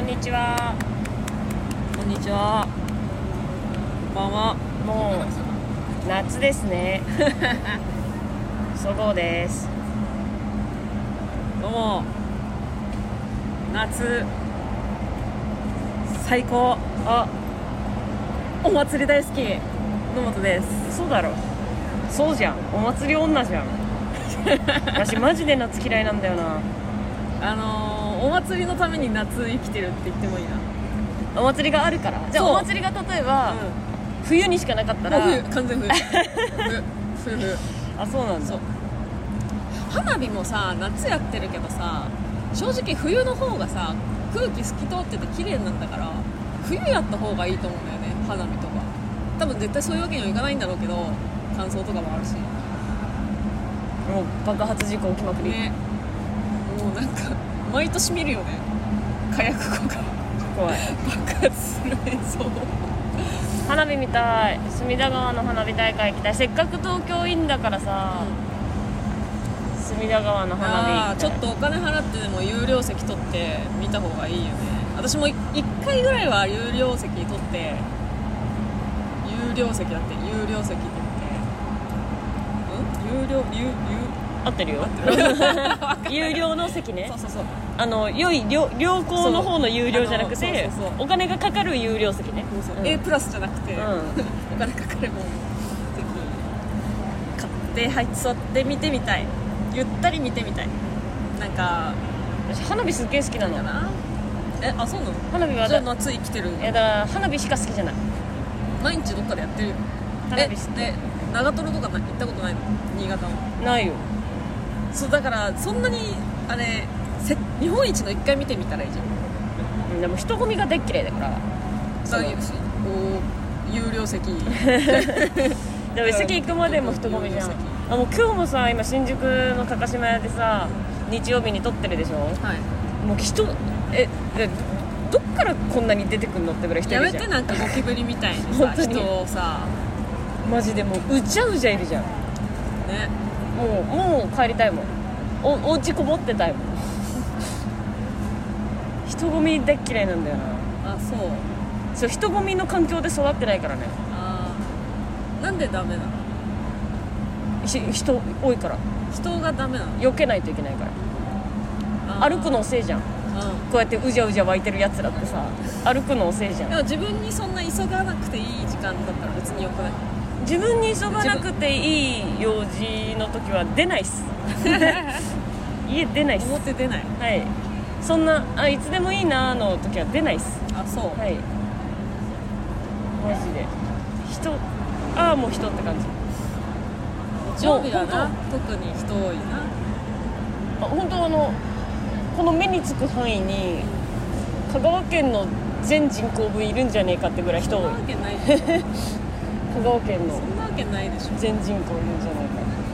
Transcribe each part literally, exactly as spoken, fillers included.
にちは。 こんにちは。こんばんは。 もう夏ですね。そごうです。 どうも。夏最高。あ、お祭り大好き野本です。 そうだろ。そうじゃん。お祭り女じゃん。私マジで夏嫌いなんだよな。 あのー、お祭りのために夏生きてるって言ってもいいな。 お祭りがあるから。じゃあお祭りが例えば、うん、冬にしかなかったら。 もう冬、完全冬。冬冬冬。 あ、そうなんだ。そう。 花火もさ、夏やってるけどさ、正直冬の方がさ、空気透き通ってて綺麗なんだから、冬やった方がいいと思うんだよね、花火とか。多分絶対そういうわけにはいかないんだろうけど、乾燥とかもあるし。 もう爆発事故起きまくり。 ね。もうなんか毎年見るよね、火薬庫が怖い。 爆発する映像。 花火見たい。隅田川の花火大会行きたい。せっかく東京いいんだからさ、うん、隅田川の花火あ、ちょっとお金払ってでも有料席取って見た方がいいよね。私もいっかいぐらいは有料席取って、有料席だって有料席取ってん有料有有合ってるよ。有料の席ね。 そうそうそう。 あの良い 良, 良好の方の有料じゃなくて、そうそうそう、お金がかかる有料席ね。 そうそう、うん、A プラスじゃなくて、うん、お金かかるもん席買って入って座って見てみたい。ゆったり見てみたい。なんか私花火すっげえ好きなの。 え、あ、そうなの。 花火はじゃあ夏生きてる。 いやだから花火しか好きじゃない。 毎日どっかでやってるよ。 花火好きで長瀞とか行ったことないの？新潟の。 ないよ。 そうだからそんなにあれせ日本一のいっかい見てみたらいいじゃん。 でも人混みがでっ嫌いだから。 そういうし、お有料席。 でも席行くまでも人混みじゃん。あ、もう今日もさ、今新宿の高島屋でさ、日曜日に撮ってるでしょ。はい。もう人ええどっからこんなに出てくんのってぐらい人いるじゃん。 やめて、なんかゴキブリみたいにさ人をさ、 マジでもううじゃうじゃいるじゃんね。もうもう帰りたいもん。おお家こもってたいもん。人混み大嫌いなんだよな。 あ、そうそう人混みの環境で育ってないからね。 ああ、なんでダメなの？ 人多いから。 人がダメなの？ 避けないといけないから。歩くの遅いじゃん、うん、こうやってうじゃうじゃ湧いてるやつらってさ、歩くの遅いじゃん。 でも自分にそんな急がなくていい時間だったら別によくない？ 自分に急がなくていい用事の時は出ないっす。家出ないっす。 表出ない。 はい。そんなあいつでもいいなの時は出ないっす。 あ、そう。 はい。マジで人、ああもう人って感じ。 日曜日だな、特に人多いな。 あ、本当あのこの目につく範囲に香川県の全人口分いるんじゃねえかってぐらい人多い。 そんなわけない。 香川県のそんなわけないでしょ。 全人口いるんじゃない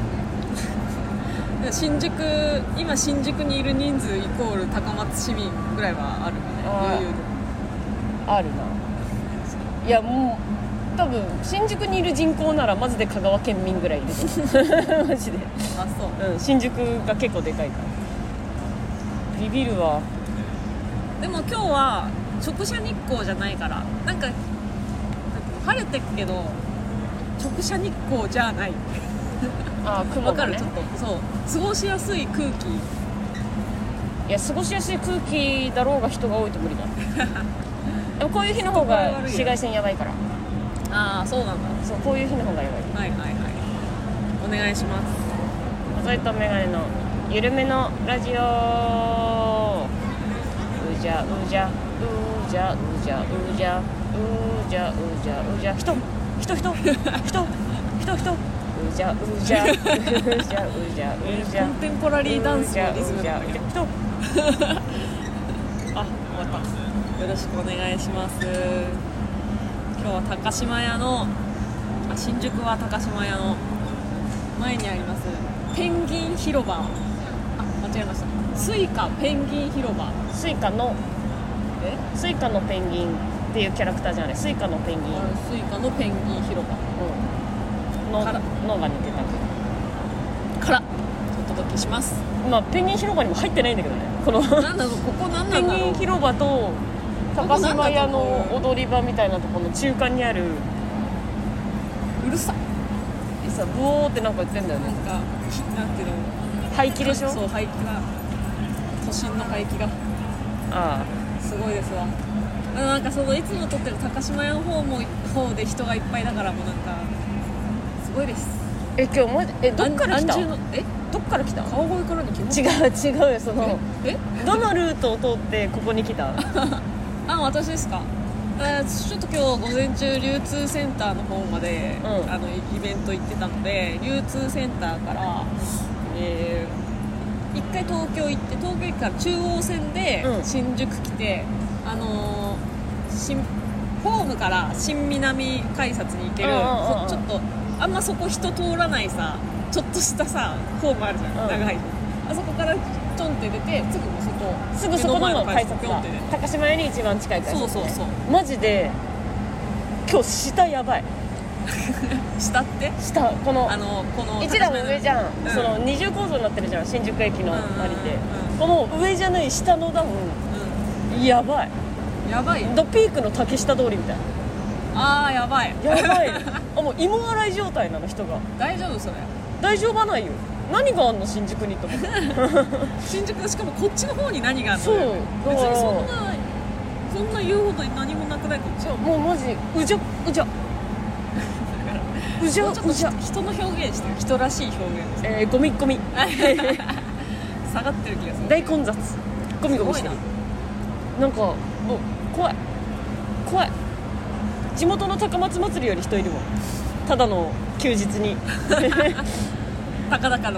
か。 新宿、今新宿にいる人数イコール高松市民ぐらいはあるよね。余裕であるな。いやもう多分新宿にいる人口ならマジで香川県民ぐらいいる。マジで。 あ、そう。 うん、新宿が結構でかいからビビるわ。 でも今日は直射日光じゃないからなんか晴れてるけど直射日光じゃない。 ああ、雲がね。 わかる。ちょっとそう過ごしやすい空気。 いや、過ごしやすい空気だろうが人が多いと無理だ。でもこういう日の方が紫外線やばいから。 ああ、そうなんだ。 そう、こういう日の方がやばい。 はいはいはい。お願いします。 細いとメガネの緩めのラジオ。うじゃうじゃうじゃうじゃうじゃうじゃうじゃうじゃ人人人人人人うじゃうじゃうじゃうじゃうじゃ。 コンテンポラリーダンスのリズムだ。 人。 あ、終わった。よろしくお願いします。今日は高島屋のあ新宿は高島屋の前にありますペンギン広場。あ、間違えました。スイカペンギン広場。 スイカのえスイカのペンギンっていうキャラクターじゃない。スイカのペンギン。 スイカのペンギン広場。 うん。ののが似てたからお届けします。 まあペンギン広場にも入ってないんだけどね。このなんだろう、ここなんなんだろう。 ペンギン広場と高島屋の踊り場みたいなところの中間にあるうるささ、ブオーってなんか言ってんだよね。 なんかなんていうの排気でしょ。 そう排気が都心の排気があすごいですわ。あのなんかそのいつも撮ってる高島屋の方も方で人がいっぱいだからもうなんかすごいです。 え今日マジえどっから来た？ 安住のえどっから来た？ 川越からの基本違う違うよそのえどのルートを通ってここに来た？ あ私ですか。あちょっと今日午前中流通センターの方まで、 うん、 あのイベント行ってたので流通センターから、えー、一回東京行って東京駅から中央線で新宿来て、うん、あのー、新ホームから新南改札に行ける、うんうんうん、ちょっとあんまそこ人通らないさちょっとしたさホームあるじゃん、うん、長いあそこからちょんって出てすぐそこすぐそこの改札だ。高島屋に一番近い改札、ね、 そうそうそうマジで今日下やばい下って下このあのこの一段上じゃん、うん、その二重構造になってるじゃん新宿駅の周りで、この上じゃない下の段、うん、やばいやばいドピークの竹下通りみたいな。 あーやばいやばいあもう芋洗い状態なの人が。 大丈夫それ？ 大丈夫はないよ。何があんの新宿にと思って新宿しかもこっちの方に何があんの？ そう別にそんなそんな言うほど何もなくないこっちは。 もうマジうじゃうじゃうじゃうじゃ人の表現してる人らしい表現です、 えー、ゴミゴミ下がってる気がする。 大混雑ゴミゴミしてる。なんかもう怖い怖い。地元の高松祭りより人いるもんただの休日にたかだかの、うん、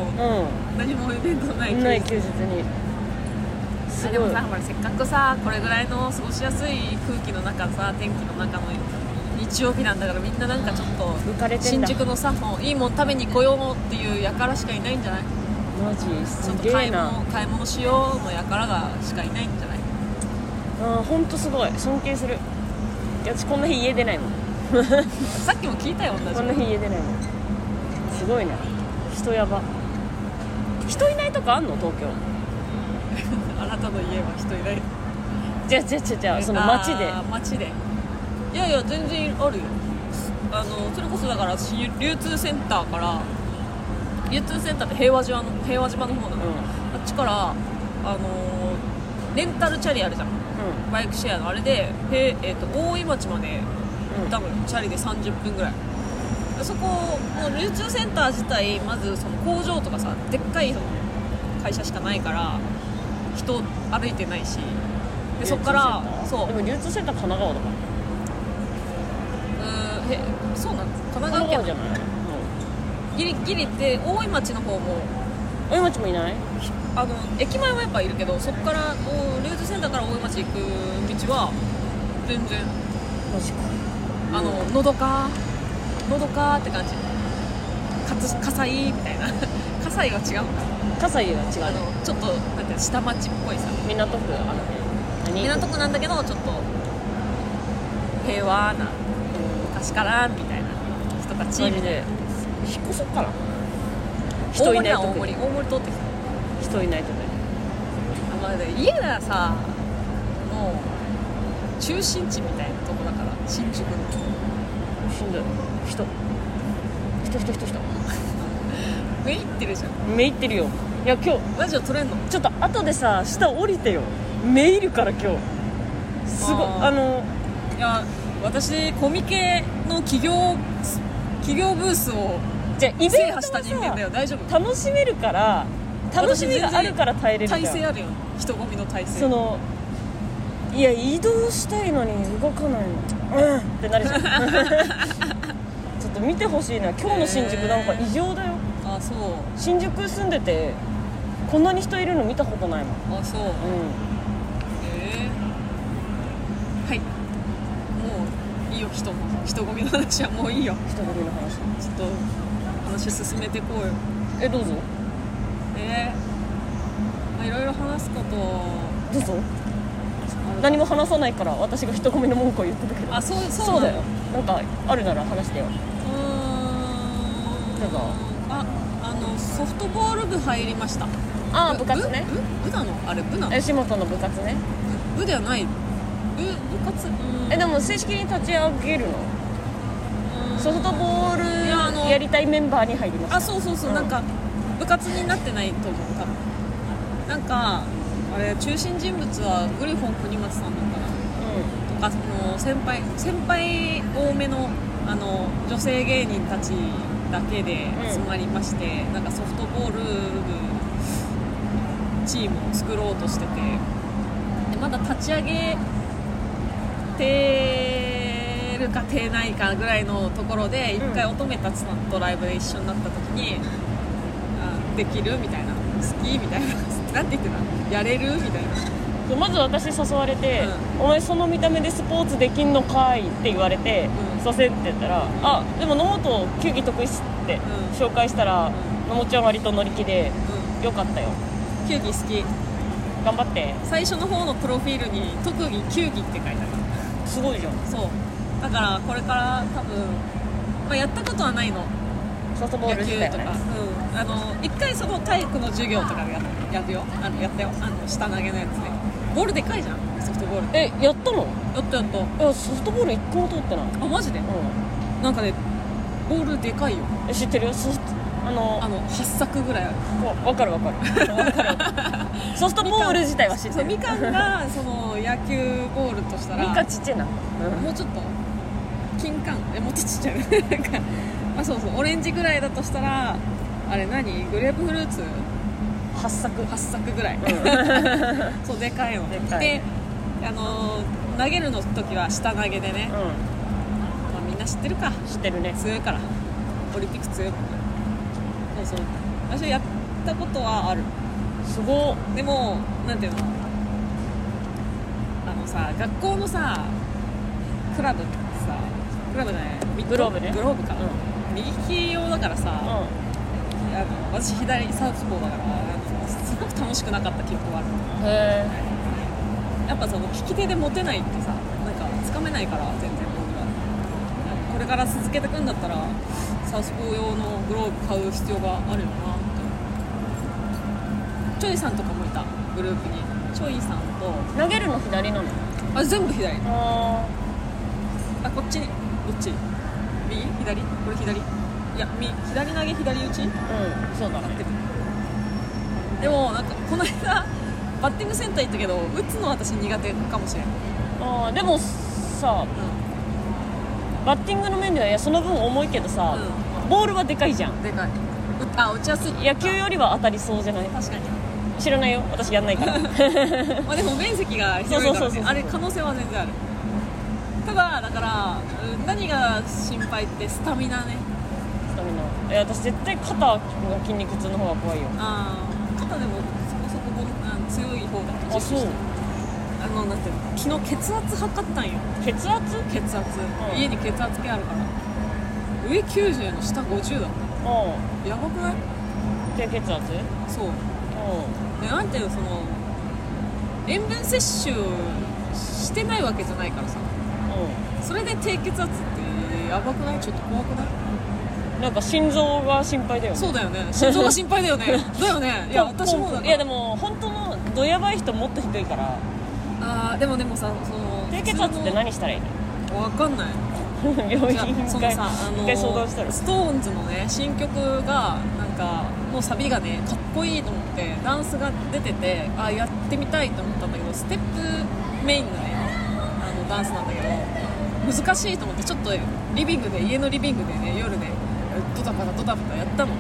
何もイベントない休日ない休日にすごい。 でもさせっかくさこれぐらいの過ごしやすい空気の中さ天気の中の日曜日なんだからみんななんかちょっと浮かれてんだ。 新宿のさもういいもん食べに来ようっていう輩しかいないんじゃない？ マジすげえな。 ちょっと買い物、買い物しようの輩がしかいないんじゃない？ あーほんとすごい尊敬する。私こんな日家出ないもんさっきも聞いたよ同じこんな日家出ないもん。すごいな人やば。人いないとこあんの東京あなたの家は人いない。 じゃあじゃあじゃあじゃあその街で街でいやいや全然あるよ。あのそれこそだから流通センターから流通センターって平和島の平和島の方なの、うん、あっちからあのレンタルチャリあるじゃん、うん、バイクシェアのあれで、えー、と大井町まで、うん、多分チャリでさんじゅっぷんぐらい。そこもう流通センター自体まずその工場とかさでっかいその会社しかないから人歩いてないし、でそこからそうでも流通センター神奈川だからうーんえそうなんです神奈川県じゃない、 うん、ギリギリって大井町の方も大井町もいない。 あの駅前はやっぱいるけどそこから流通センターから大井町行く道は全然マジかあののどかのどかって感じ。かつ葛西みたいな葛西は違うのか葛西は違う、ね、 あのちょっとなんて下町っぽいさ港区あのね港区なんだけどちょっと平和な昔からみたいな人たちみたいな。 引っ越そっかな。人いないとこ大森大森通ってきた。 人いないとこあ、まあ、家がさもう中心地みたいなとこだから新宿のしんどい人人人人人めいってるじゃん。 めいってるよ。いや今日ラジオ撮れんの？ ちょっと後でさ下降りてよ。めいるから今日すごい。あ, あのいや私コミケの企業企業ブースをじゃイベント制覇した人間だよ。大丈夫？ 楽しめるから楽しみがあるから耐えれるじゃん。 体勢あるよ人混みの体勢。 そのいや移動したいのに動かないのうんってなるじゃんちょっと見てほしいな今日の新宿なんか異常だよ。 あそう新宿住んでてこんなに人いるの見たことないもん。 あそう、うん、えー、はいもういいよ人も人混みの話はもういいよ。 人混みの話ちょっと話進めていこうよ。 えどうぞ。 えー、まあいろいろ話すことどうぞ。何も話さないから私が人混みの文句を言ってたけど。 あそうそうそうだよ。なんかあるなら話してよ。うーんなんかああのソフトボール部入りました。 ああ部活ね。 部部なのあれ部なの。 吉本の部活ね。 部ではない部活、うん、 えでも正式に立ち上げるの？ うん、 ソフトボールや, あのやりたいメンバーに入りました。 あ、そうそうそう、うん、なんか部活になってないと思う多分。なんかあれ中心人物はグリフォン国松さんなのかな、うん、とかその先輩先輩多めのあの女性芸人たちだけで集まりまして、うん、なんかソフトボール部チームを作ろうとしてて、でまだ立ち上げてるかてないかぐらいのところで一回乙女たちとライブで一緒になった時に、うん、あできるみたいな、好きみたいななんて言ってた、やれるみたいな。 まず私誘われて、うん、お前その見た目でスポーツできんのかいって言われて、うん、させって言ったら、うん、あでも野本球技得意っすって紹介したら、うん、野本ちゃん割と乗り気で、うん、よかったよ。 球技好き、 頑張って。最初の方のプロフィールに特技球技って書いてある。 すごいじゃん。 そうだからこれから多分、まあ、やったことはないの、 ソフトボール自体はね、 野球とか、うん、あの一回その体育の授業とかで や, やるよあのやったよ、あの下投げのやつで、ボールでかいじゃんソフトボールって。 えやったの？ やったやった。 いやソフトボール一個も通ってない。 あマジで？ うん、 なんかねボールでかいよ。 え知ってるよ、ソフトあのあのはっ作ぐらいある。 分かる分かる分かるソフトボール自体は知ってる。 みかんがその野球ボールとしたらみかんちっちゃいな、 うん、もうちょっと金柑えもっとちっちゃいなんかあそうそうオレンジぐらいだとしたらあれ何グレープフルーツはっ作はっ作ぐらい、うん、そうでかいのでかいで、あのー、投げるの時は下投げでね、うんまあ、みんな知ってるか。 知ってるね。 強いからオリンピック強いもんね。そうそう私はやったことはある。 すごっ。 でもなんていうのあのさ学校のさクラブってさクラブじゃないグローブね。 グローブか、うん、右利き用だからさ、うん、あの私左サウスポーだからあのすごく楽しくなかった記憶がある。 へえ。やっぱその利き手で持てないってさなんかつかめないから全然ボールは。これから続けていくんだったらサウスポー用のグローブ買う必要があるよなって。チョイさんとかもいたグループに。チョイさんと投げるの左なの？ あ全部左。 ああこっちにどっち？右？左？これ左？いや右左投げ左打ち？うんそうだね。 でもなんかこの間バッティングセンター行ったけど打つの私苦手かもしれない。 あでもさ、うん、バッティングの面ではいやその分重いけどさ、うん、ボールはでかいじゃん。 でかい。あ打ちやすい。 野球よりは当たりそうじゃない？ 確かに。 知らないよ私やんないからまあでも面積が広いからねあれ可能性は全然ある。ただだから何が心配ってスタミナね。 スタミナ。いや私絶対肩が筋肉痛の方が怖いよ。 ああ肩でもそこそこあ強い方だった。 あそう。 あのなんていうの昨日血圧測ったんよ。 血圧？ 血圧、うん、家に血圧計あるから上きゅうじゅうの下ごじゅうだった。 ああやばくない？ 低血圧？ そう。 うんでなんていうのその塩分摂取してないわけじゃないからさ、うん、それで低血圧ってやばくない？ちょっと怖くない？ なんか心臓が心配だよね。 そうだよね心臓が心配だよねだよねいや私もだから。 いやでも本当のどやばい人もっと低いから。 あーでもでもさその低血圧って何したらいいの？ わかんない病院一回相談したら。 ストーンズのね新曲がなんかのサビがねかっこいいと思ってダンスが出ててあやってみたいと思ったんだけどステップメインのねあのダンスなんだけど難しいと思ってちょっとリビングで家のリビングでね夜ねドタバタドタバタやったの、うん、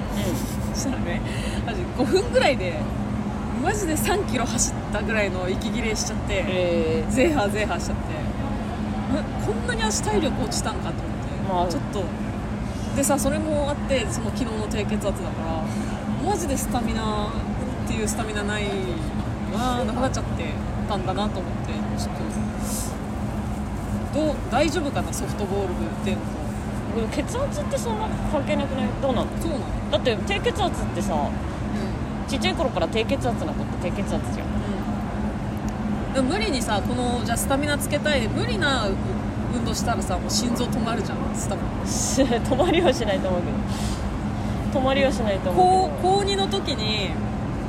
そしたらねマジごふんぐらいでマジでさんキロ走ったぐらいの息切れしちゃって、えー、ゼーハーゼーハーしちゃってこんなに足体力落ちたんかと思って、まあ、ちょっとでさそれもあってその昨日の低血圧だからマジでスタミナっていうスタミナないがなくなっちゃってたんだなと思ってちょっとどう大丈夫かなソフトボール部っていうのと。 血圧ってそんな関係なくない？どうなの？ そうなの？ だって低血圧ってさ、うん、ちっちゃい頃から低血圧な子って低血圧じゃん、 うん、でも無理にさこのじゃあスタミナつけたいで無理な運動したらさもう心臓止まるじゃんスタミナ止まりはしないと思うけど止まりはしないと思うけど高にの時になん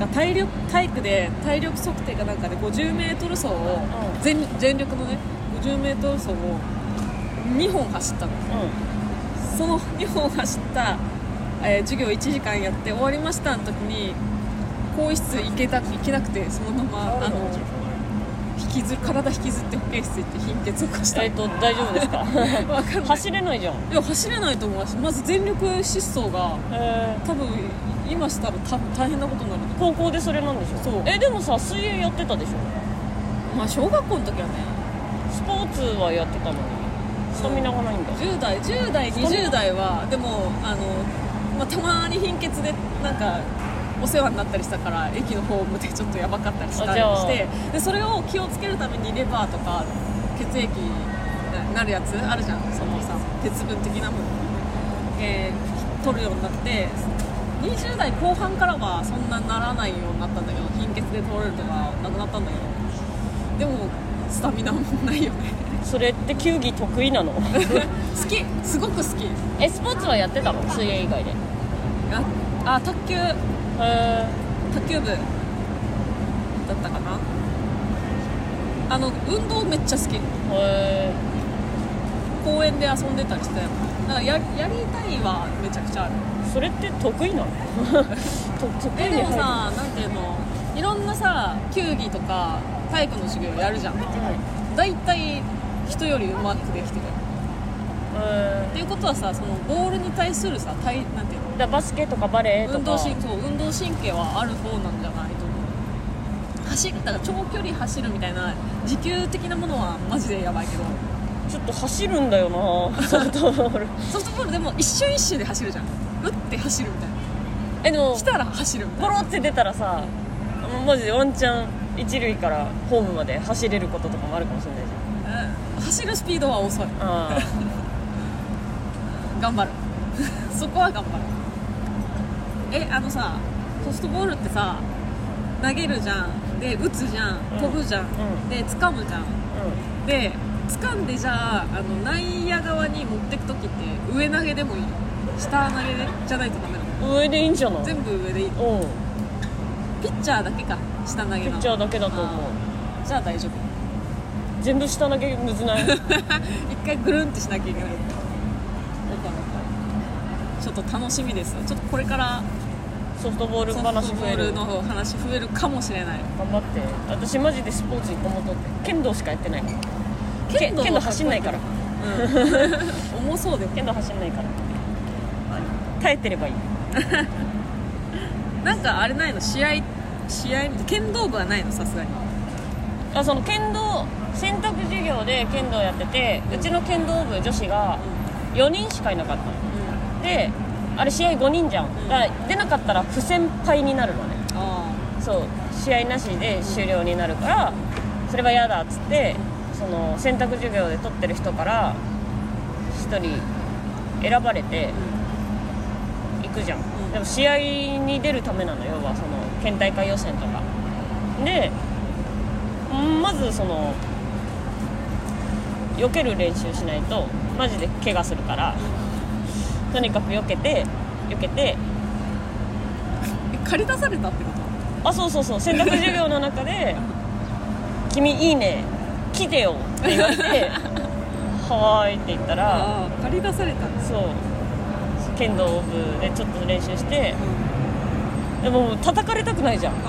か体力体育で体力測定かなんかで ごじゅうメートル走を全, 全力のね ごじゅうメートル走をにほん走ったの、うん、そのにほん走った、えー、授業いちじかんやって終わりましたの時に更衣室行けた行けなくてそのままあの引きず体引きずって保健室行って貧血を起こした。 えっと大丈夫ですか？わかんない。走れないじゃん。 いや走れないと思うし、まず全力疾走が多分今したら多分大変なことになる。 高校でそれなんでしょ？そう。えでもさ水泳やってたでしょ？まあ小学校の時はね。 スポーツはやってたのにスタミナがないんだ。 じゅう代じゅう代にじゅう代はでもあの、まあ、たまに貧血でなんかお世話になったりしたから駅のホームでちょっとやばかったりしたりしてでそれを気をつけるためにレバーとか血液になるやつあるじゃんそのさ鉄分的なもの、えー、取るようになってにじゅう代後半からはそんなならないようになったんだけど貧血で取れるとかなくなったんだけどでもスタミナもないよねそれって球技得意なの？好きすごく好き。 えスポーツはやってたの水泳以外で？ ああ卓球へ卓球部だったかな。あの運動めっちゃ好き。 へ公園で遊んでたりしてだからや, やりたいはめちゃくちゃある。 それって得意なの？得意えでもさなんていうのいろんなさ球技とか体育の授業やるじゃん、うん、だいたい人よりうまくできてる。っていうことはさそのボールに対するさ体なんていうのだバスケとかバレーとか運動神そう運動神経はある方なんじゃないと思う。走ったら長距離走るみたいな持久的なものはマジでやばいけどちょっと走るんだよなソフトボールソフトボールでも一瞬一瞬で走るじゃん。打って走るみたいなえでも来たら走るみたいなポロって出たらさマジでワンチャン一塁からホームまで走れることとかもあるかもしれないじゃん、 うん、走るスピードは遅い。 あ頑張るそこは頑張る。えあのさソフトボールってさ投げるじゃんで打つじゃん飛ぶじゃん、うん、で掴むじゃん、うん、で掴んでじゃあ、 あの内野側に持ってくときって上投げでもいいの下投げでじゃないとダメなの？ 上でいいんじゃない？ 全部上でいいの？ うんピッチャーだけか下投げのピッチャーだけだと思う。 じゃあ大丈夫。 全部下投げむずない？ 一回ぐるんってしなきゃいけない。ちょっと楽しみです。ちょっとこれからソフトボール話増える。 ソフトボールの話増えるかもしれない。 頑張って。私マジでスポーツ一個もとって剣道しかやってない。剣道走んないから、 うん、重そうでも剣道走んないから耐えてればいいなんかあれないの試合試合剣道部はないのさすがに。 あその剣道選択授業で剣道やってて、うちの剣道部女子がよにんしかいなかったの、うん、であれ試合ごにんじゃん、うん、だから出なかったら不戦敗になるのね。あそう試合なしで終了になるからそれは嫌だっつってその選択授業で取ってる人からひとり選ばれて行くじゃん、うん、でも試合に出るためなの要はその県大会予選とかでまずその避ける練習しないとマジで怪我するからとにかく避けて避けて借り出されたってこと？ あそうそうそう選択授業の中で君いいね来てよって言われてはーいって言ったらあ借り出された。 そう剣道部でちょっと練習して、うん、でも叩かれたくないじゃん、うん、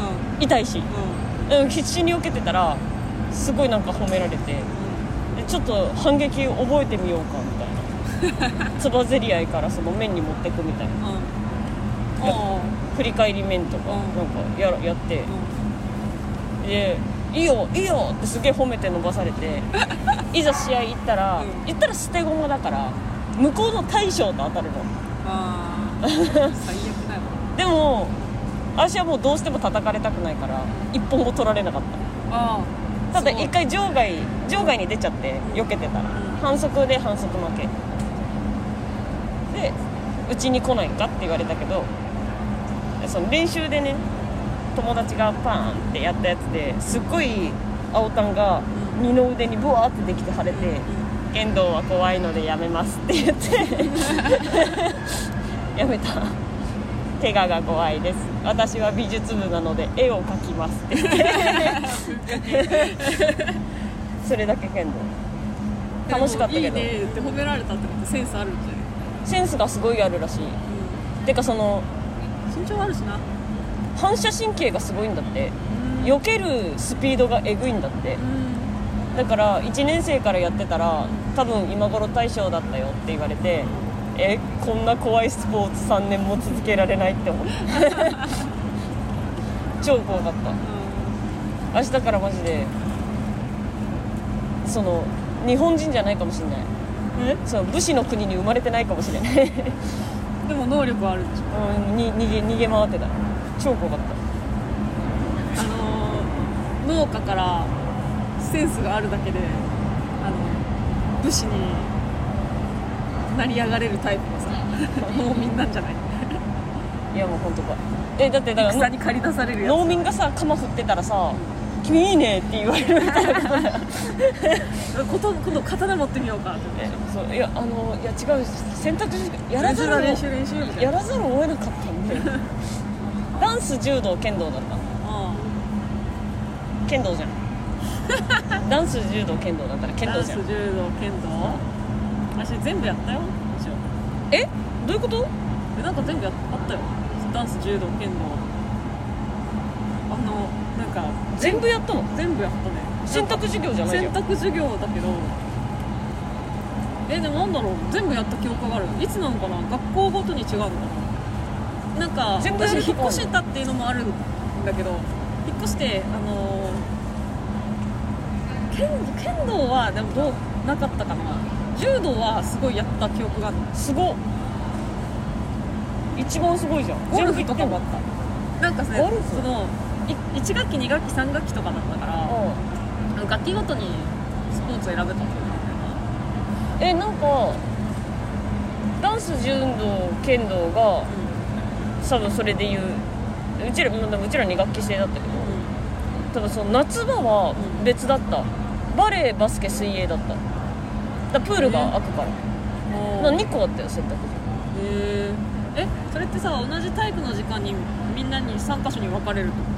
痛いし、うん、必死に避けてたらすごいなんか褒められて、うん、でちょっと反撃覚えてみようかみたいなつばぜり合いからその面に持ってくみたいな、うん、振り返り面とかなんか や, やって、うん、でいいよいいよってすげえ褒めて伸ばされていざ試合行ったら、うん、行ったら捨て駒だから向こうの大将と当たるの。 あ最悪だよでも私はもうどうしても叩かれたくないから一本も取られなかった。あただ一回場外場外に出ちゃって避けてたら、うん、反則で反則負けでうちに来ないかって言われたけどその練習でね友達がパーンってやったやつですっごい青タンが二の腕にブワーってできて腫れて、うん、剣道は怖いのでやめますって言ってやめた。怪我が怖いです私は美術部なので絵を描きますって言ってそれだけ剣道楽しかったけど、 いいねって褒められたってことセンスあるんじゃない？ センスがすごいあるらしい、うん、てかその身長あるしな、 反射神経がすごいんだって、うん、避けるスピードがえぐいんだって、うん、だからいちねん生からやってたら多分今頃大将だったよって言われて、えこんな怖いスポーツさんねんも続けられないって思って超怖かった、うん、明日からマジでその日本人じゃないかもしれない、えその武士の国に生まれてないかもしれないでも能力はあるでしょ、 うん、に逃げ、逃げ回ってた超怖かった。 あのー、農家からセンスがあるだけであの武士に成り上がれるタイプのさ農民なんじゃない？ いやもう本当か。えだってだから草に駆り出されるやつ農民がさ鎌振ってたらさ、君いいねって言われるみたいなことだよ今度刀持ってみようかってえそういやあのいや違う選択肢やらざるを練習練習みたいなやらざるを得なかったんでダンス柔道剣道だったああ剣道じゃんダンス柔道剣道だったら剣道じゃん。 ダンス柔道剣道私全部やったよ一応。 えどういうこと？ えなんか全部やあったよダンス柔道剣道あのなんか全部やったの？ 全部やったね。 選択授業じゃないじゃん。 選択授業だけどえでもなんだろう全部やった記憶がある。いつなのかな学校ごとに違うのかな。なんか全部やる私引っ越したっていうのもあるんだけど引っ越してあのー、剣, 剣道はでもどうなかったかな。柔道はすごいやった記憶がある。 すごっ一番すごいじゃん。 ゴルフとかもあった。なんかねゴルフそのいち学期に学期さん学期とかだったから、うん、学期ごとにスポーツ選べたっていうのえなんかダンス柔道剣道が、うん、多分それで言ううちらうちらに学期制だったけど、うん、多分その夏場は別だった、うん、バレーバスケ水泳だっただプールが開くから、えー、なにこあったよ選択肢。 へええそれってさ同じ体育の時間にみんなにさんカ所に分かれるってこと？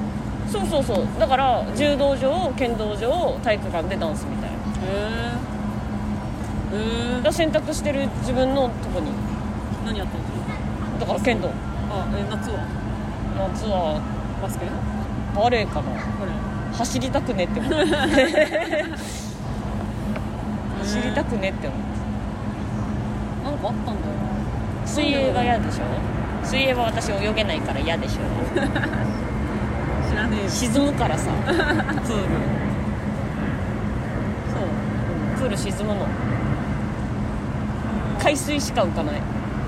そうそうそうだから柔道場剣道場体育館でダンスみたいな。 へえへえだから選択してる自分のとこに何やったの？ だから剣道。 あえ夏は夏はバスケバレーかな。 バレー走りたくねって思う走りたくねって思う。 なんかあったんだよ。 水泳が嫌でしょ。水泳は私泳げないから嫌でしょ知らねえよ。 沈むからさプールそう、うん、プール沈むの。海水しか浮かない。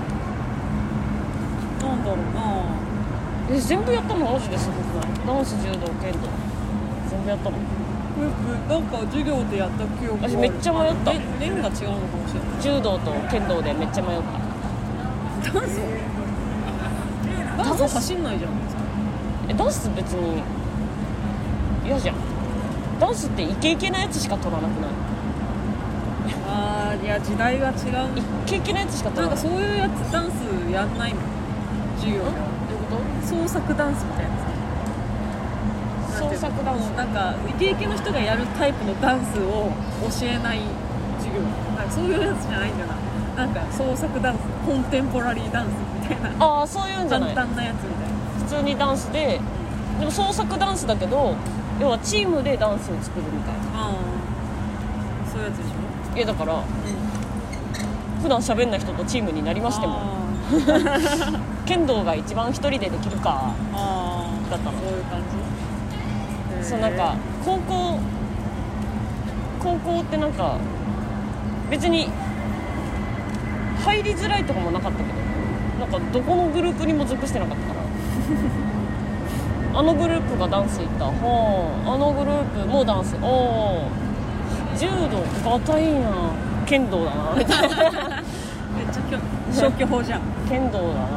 なんだろうなえ全部やったのマジですごくない？ダンス柔道剣道全部やったの。 なんか授業でやった記憶がある。 私めっちゃ迷った。 年が違うのかもしれない。 柔道と剣道でめっちゃ迷った。 ダンスダンス走んないじゃん。 えダンス別に嫌じゃん。ダンスってイケイケなやつしか取らなくない？ あーいや時代が違う。 イケイケなやつしか取らない。 なんかそういうやつダンスやんないの授業で。どういうこと？創作ダンスみたいなさ。 創作ダンスなんかイケイケの人がやるタイプのダンスを教えない授業。なんかそういうやつじゃないんだな。なんか創作ダンスコンテンポラリーダンスみたいな。 ああそういうんじゃない。 簡単なやつみたいな。 普通にダンスででも創作ダンスだけど要はチームでダンスを作るみたいな。 ああそういうやつでしょ。 いやだから、うん、普段喋んない人とチームになりましても剣道が一番一人でできるかだったの。 そういう感じ。 そうなんか高校高校ってなんか別に入りづらいとかもなかったけどなんかどこのグループにも属してなかったからあのグループがダンス行ったはああのグループもダンスおー柔道ガタいいな剣道だなみたいなめっちゃ消去法じゃん。 剣道だな。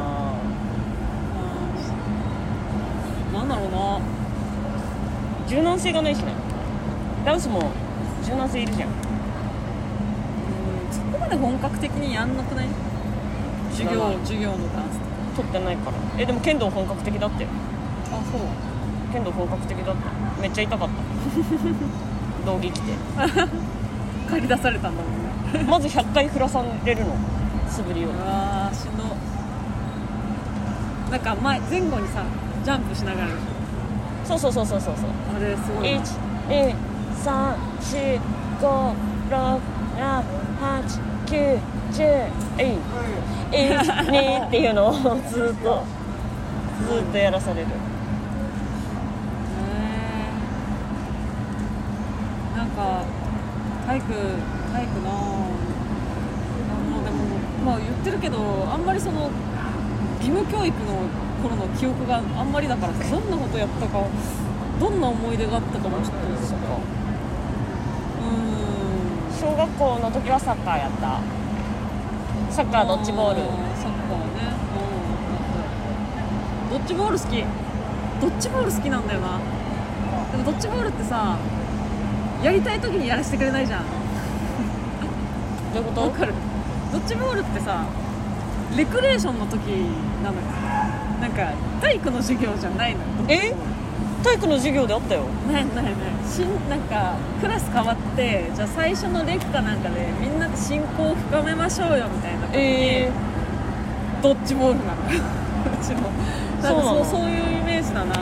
なんだろうな柔軟性がないしね。ダンスも柔軟性いるじゃん。 うんそこまで本格的にやんなくない？授業授業のダンス取ってないから。えでも剣道本格的だって。 そう剣道本格的だった。めっちゃ痛かった道着着て借り出されたんだもんねまずひゃっかい振らされるの素振りを。 うわーしんど。なんか前前後にさジャンプしながらでしそうそうそうそうそうそう。 ょ。あれすごいな。 いち、に、さん、よん、ご、ろく、なな、はち、きゅう、じゅう、えい、いち、にっていうのをずっとずっとやらされる。 へーなんか体育体育なぁ。もうでもまあ言ってるけどあんまりその義務教育の頃の記憶があんまりだからさ、どんなことやったかどんな思い出があったかもちょっと。 そっか。 うーん小学校の時はサッカーやった。サッカードッジボール。 あーサッカーね。うんドッジボール好き。ドッジボール好きなんだよな。でもドッジボールってさやりたい時にやらせてくれないじゃん。 どういうこと？ わかる？ドッジボールってさレクレーションの時なのよ。なんか体育の授業じゃないのよ。 え？体育の授業であったよ。 ないないないしんなんかクラス変わってじゃあ最初のレクかなんかでみんなで親交を深めましょうよみたいな時に、 えドッジボールなのようちのなんかそうなの？ そう、そういうイメージだな。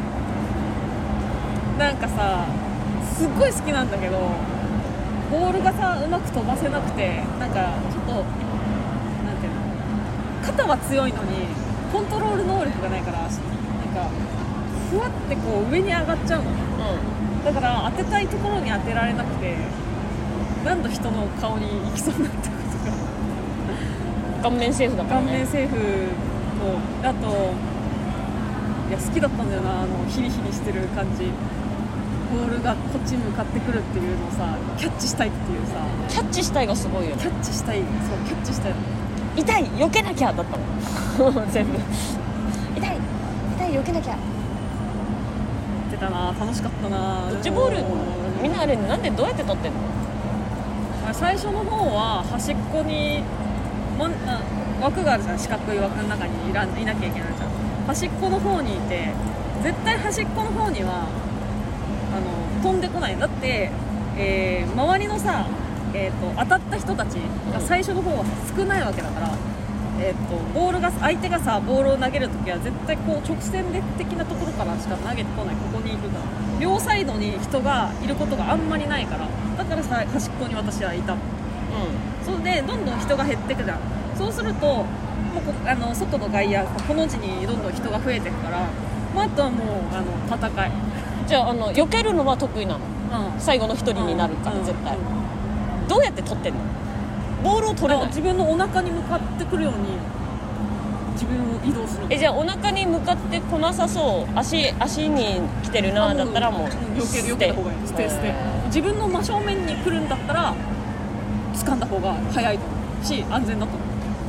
なんかさすっごい好きなんだけどボールがさうまく飛ばせなくてなんかちょっとなんていうの肩は強いのにコントロール能力がないからなんかふわってこう上に上がっちゃうの。 うだから当てたいところに当てられなくて何度人の顔に行きそうになったことん。顔面セーフだかがらね。 顔面セーフとあといや好きだったんだよなあのヒリヒリしてる感じ。ボールがこっちに向かってくるっていうのをさキャッチしたいっていうさキャッチしたいがすごいよね。 キャッチしたいそうキャッチしたい痛い避けなきゃだったもん全部痛い痛い避けなきゃ。 ってたな。楽しかったな。 ドッジボールみんなあれなんでどうやって取ってんの？ 最初の方は端っこにもんあ枠があるじゃん。四角い枠の中にいらいなきゃいけないじゃん。端っこの方にいて絶対端っこの方にはあの飛んでこない。だって、えー周りのさ、えー、と当たった人たちが最初の方は少ないわけだから、えー、とボールが相手がさボールを投げるときは絶対こう直線的なところからしか投げてこない。ここにいるから両サイドに人がいることがあんまりないからだからさ端っこに私はいたの。それでどんどん人が減ってくじゃん。そうするともうこあの外の外野この字にどんどん人が増えてくから、まあ、あとはもうあの戦い、 うん。じゃああの避けるのは得意なの？ うん、 最後の一人になるから、 うん絶対、 うんどうやって取ってんの？ボールを取れない？ 自分のお腹に向かってくるように自分を移動する。 えじゃあお腹に向かってこなさそう。足足に来てるなだったらもう避ける避けた方がいい。捨て捨てへー自分の真正面に来るんだったら掴んだ方が早いと思うし安全だと思う。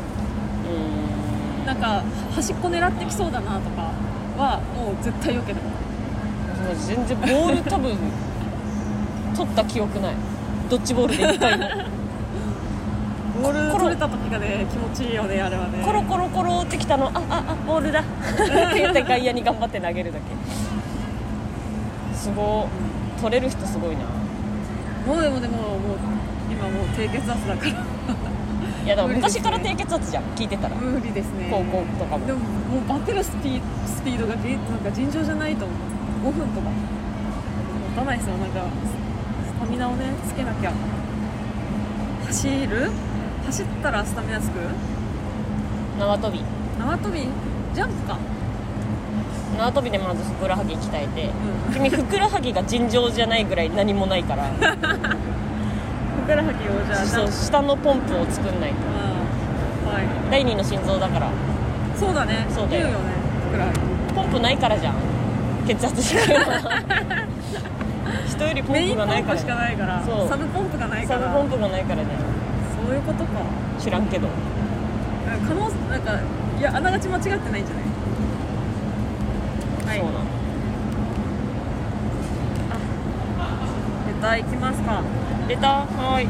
うーんなんか端っこ狙ってきそうだなとかはもう絶対避けてもらう。 全然ボール多分取った記憶ない。ドッジボールでいっかいもボールコロ取れた時がね気持ちいいよねあれはね。 コロコロコロってきたのあああボールだって言って外野に頑張って投げるだけ。すごい取れる人すごいな。 もうでもでももう今もう低血圧だからいやでも昔から低血圧じゃん聞いてたら。 無理ですね。 高校とかもでももうバテるスピスピードがじなんか尋常じゃないと思う。ごふんとか持たないですよ。なんかスタミナをねつけなきゃ。走る走ったらスタミナつく。 縄跳び縄跳びジャンプか。 縄跳びでまずふくらはぎ鍛えて、 うん君ふくらはぎが尋常じゃないぐらい何もないからふくらはぎをじゃあそう下のポンプを作んないと。 うんはい第二の心臓だからそうだね。 そうだよ言うよねふくらはぎ。 ポンプないからじゃん血圧低いの人よりポンメインポプがないからンプしかないからそうサブポンプがないからサブポンプがないからね。 そういうことか。 知らんけど可能なんかいやあながち間違ってないんじゃない。はいそうなの。 レターいきますか。 レターはー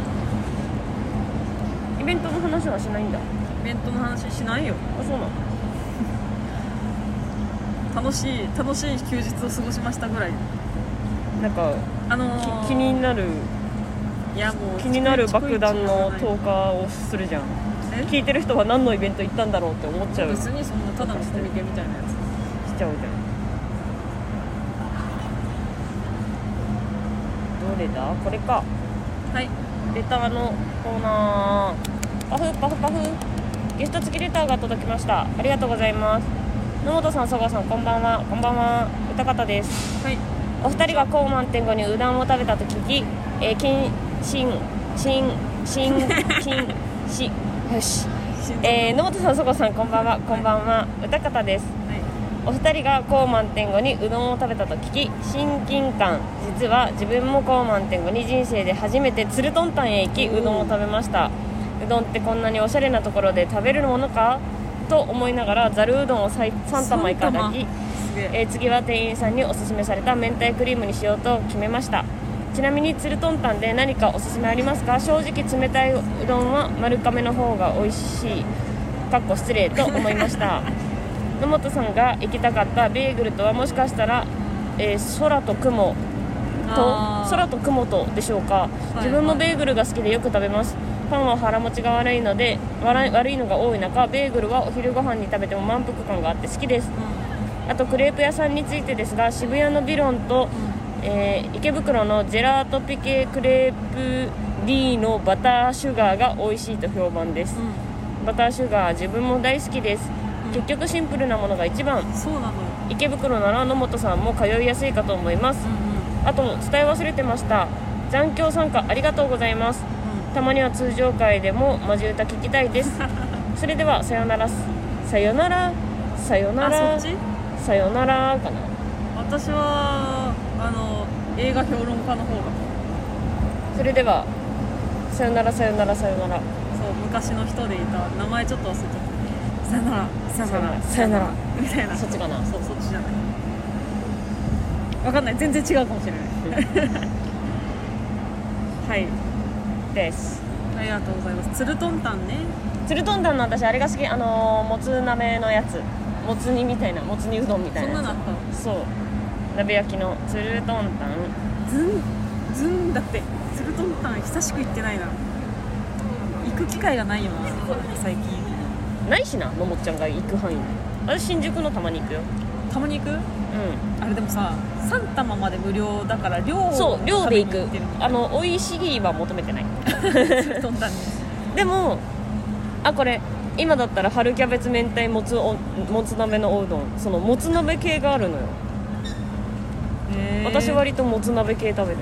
い。イベントの話はしないんだ。 イベントの話しないよ。 あそうなの。 楽しい楽しい休日を過ごしましたぐらい。 なんか、 あのー、 気になるいやもう気になる爆弾の投下をするじゃん。聞いてる人は何のイベント行ったんだろうって思っちゃう。 別にそんなただのコミケみたいなやつしちゃうじゃん。どれだこれか。 はい、 レターのコーナー。パフパフパフ。ゲスト付きレターが届きました。ありがとうございます。野本さん、佐賀さん、こんばんは。こんばんは。歌方です。 はい。 お二人が高満点後にうどんを食べたと聞き、えー、金新新新金しよし、えー、野本さん、佐賀さん、こんばんは。こんばんは。歌方です。はい、お二人が高満点後にうどんを食べたと聞き、親近感。実は自分も高満点後に人生で初めてつるとんたんへ行き、うどんを食べました。うどんってこんなにおしゃれなところで食べるものかと思いながらざるうどんをさん玉いただき、えー、次は店員さんにおすすめされた明太クリームにしようと決めました。ちなみにつるとんたんで何かおすすめありますか？正直冷たいうどんは丸亀の方が美味しいかっこ失礼と思いました野本さんが行きたかったベーグルとはもしかしたら、えー、空と雲と空と雲とでしょうか。自分もベーグルが好きでよく食べます。パンは腹持ちが悪いので悪いのが多い中、ベーグルはお昼ご飯に食べても満腹感があって好きです。あとクレープ屋さんについてですが、渋谷のビロンと、えー、池袋のジェラートピケクレープリーのバターシュガーが美味しいと評判です。うん、バターシュガー自分も大好きです。うん、結局シンプルなものが一番。 そうなの。 池袋なら野本さんも通いやすいかと思います。うんうん、あと伝え忘れてました。残響参加ありがとうございます。たまには通常回でもマジ歌聞きたいですそれではさよならさよならさよならさよならかな。 私はあの映画評論家の方が。 それではさよならさよならさよなら。 そう昔の人でいた名前ちょっと忘れちゃった。さよならさよならさよならみたいな。 そっちかな。 そうそっちじゃない。わかんない、全然違うかもしれないはいです。 ありがとうございます。つるとんたんね。 つるとんたんの私あれが好き。あのー、もつ鍋のやつ、もつ煮みたいな、もつ煮うどんみたいなやつ。 そんなのあった。 そう鍋焼きのつるとんたん。 ずんずんだってつるとんたん久しく行ってないな。行く機会がないよな最近。 ないしな、のもっちゃんが行く範囲。私新宿のたまに行くよ。 たまに行く。うん。あれでもささん玉まで無料だから量をそう量で行く。あの美味しいは求めてないでもあこれ今だったら春キャベツ明太もつおもつ鍋のおうどん、そのもつ鍋系があるのよ。私割ともつ鍋系食べる。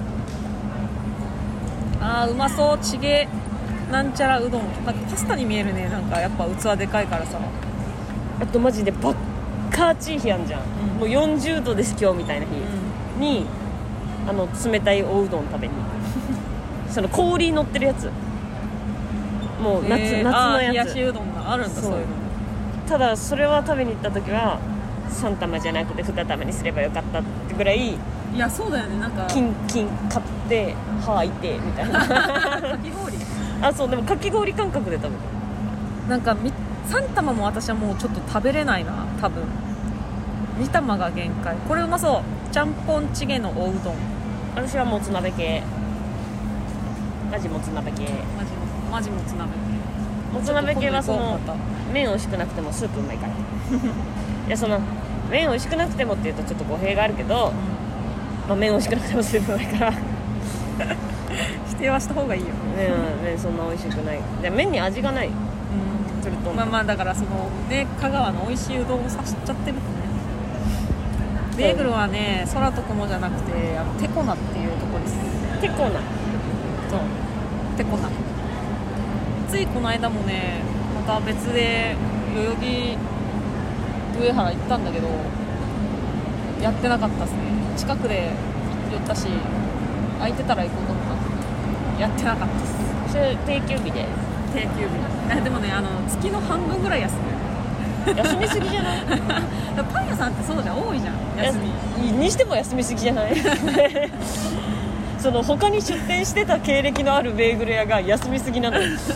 あーうまそう。ちげなんちゃらうどん。なんかパスタに見えるね。なんかやっぱ器でかいからさ。 あとマジでバッカーチー日あんじゃん、うん、もうよんじゅうどです今日みたいな日に、うん、あの冷たいおうどん食べにその氷乗ってるやつ、もう夏、えー、夏のやつ、 冷やしうどんがあるんだ。そういうの。 ただそれは食べに行った時はさん玉じゃなくてに玉にすればよかったってぐらい。 いやそうだよね。なんかキンキン買って歯いてみたいなかき氷あそうでもかき氷感覚で食べる。 なんかみさん玉も私はもうちょっと食べれないな多分。に玉が限界。これうまそう。ちゃんぽんチゲのおうどん。 私はもつ鍋系。マジもつ鍋系。 マジマジもつ鍋系。 もつ鍋系はその麺美味しくなくてもスープうまいからいやその麺美味しくなくてもっていうとちょっと語弊があるけど、うんまあ、麺美味しくなくてもスープうまいから否定はした方がいいよ。 麺は麺そんな美味しくない。で麺に味がない。 うんするとまあまあだからそのね香川の美味しいうどんをさしちゃってるとね。ベーグルはね空と雲じゃなくてあのテコナっていうところです。 テコナ。 そうテコナ。ついこの間もねまた別で代々木上原行ったんだけどやってなかったですね。近くで寄ったし空いてたら行こうと思ったやってなかったです。 それ定休日で定休日でもねあの月の半分ぐらい休む。 休みすぎじゃないパン屋さんってそうじゃん多いじゃん休みにしても休みすぎじゃないその他に出店してた経歴のあるベーグル屋が休みすぎなのなんでだろ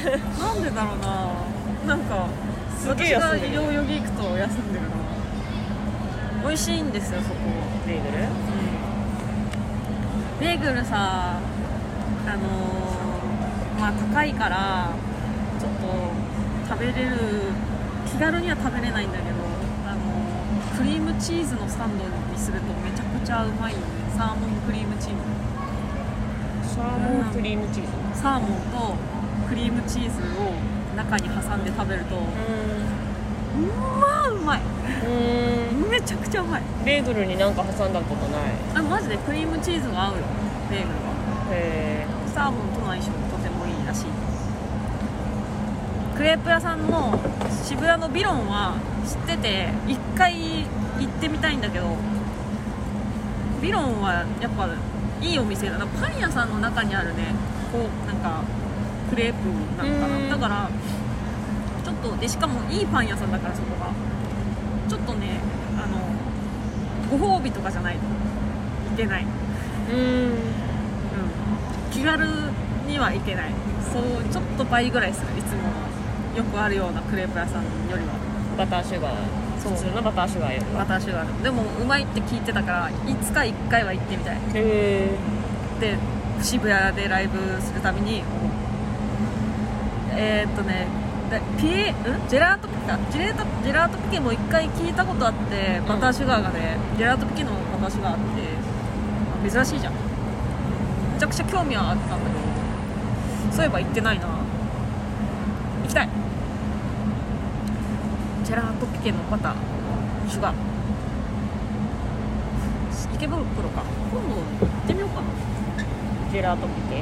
うな。なんかすげえ休んでる。私が代々木行くと休んでるな。 美味しいんですよそこ。 ベーグル、 うん、ベーグルさ、あのー、まあ高いからちょっと食べれる、気軽には食べれないんだけど、あのー、クリームチーズのサンドにするとめちゃくちゃうまいよね。サーモンクリームチーズ、 サーモンクリームチーズ、 サーモンとクリームチーズを中に挟んで食べると、 うまあうまい、 ーん、 めちゃくちゃうまい。 ベーグルになんか挟んだことない。 あ、マジでクリームチーズが合うよベーグルは。 へサーモンとの相性もとてもいいらしい。クレープ屋さんの渋谷のビロンは知ってて一回行ってみたいんだけど、ビロンはやっぱいいお店だな。パン屋さんの中にあるね、こうなんかクレープなのかな。だからちょっとで、しかもいいパン屋さんだから、そこがちょっとね、あのご褒美とかじゃないといけない。 うーん、 うん、気軽には行けない。そう、ちょっと倍ぐらいする、いつもよくあるようなクレープ屋さんよりは。 バターシュガー、 そう普通のバターシュガーよりは。 バターシュガーでもうまいって聞いてたから、いつかいっかいは行ってみたい。 へで渋谷でライブするたびに、えー、っとねピエんジェラートピケかジェラートジェラートピケもいっかい聞いたことあって、バターシュガーがね、ジェラートピケのバターシュガーって珍しいじゃん。めちゃくちゃ興味はあったんだけど、そういえば行ってないな。行きたい。ジェラートピケのバターシュガー、池袋か、今度行ってみようかな。 ー、ジェラートピケ。 う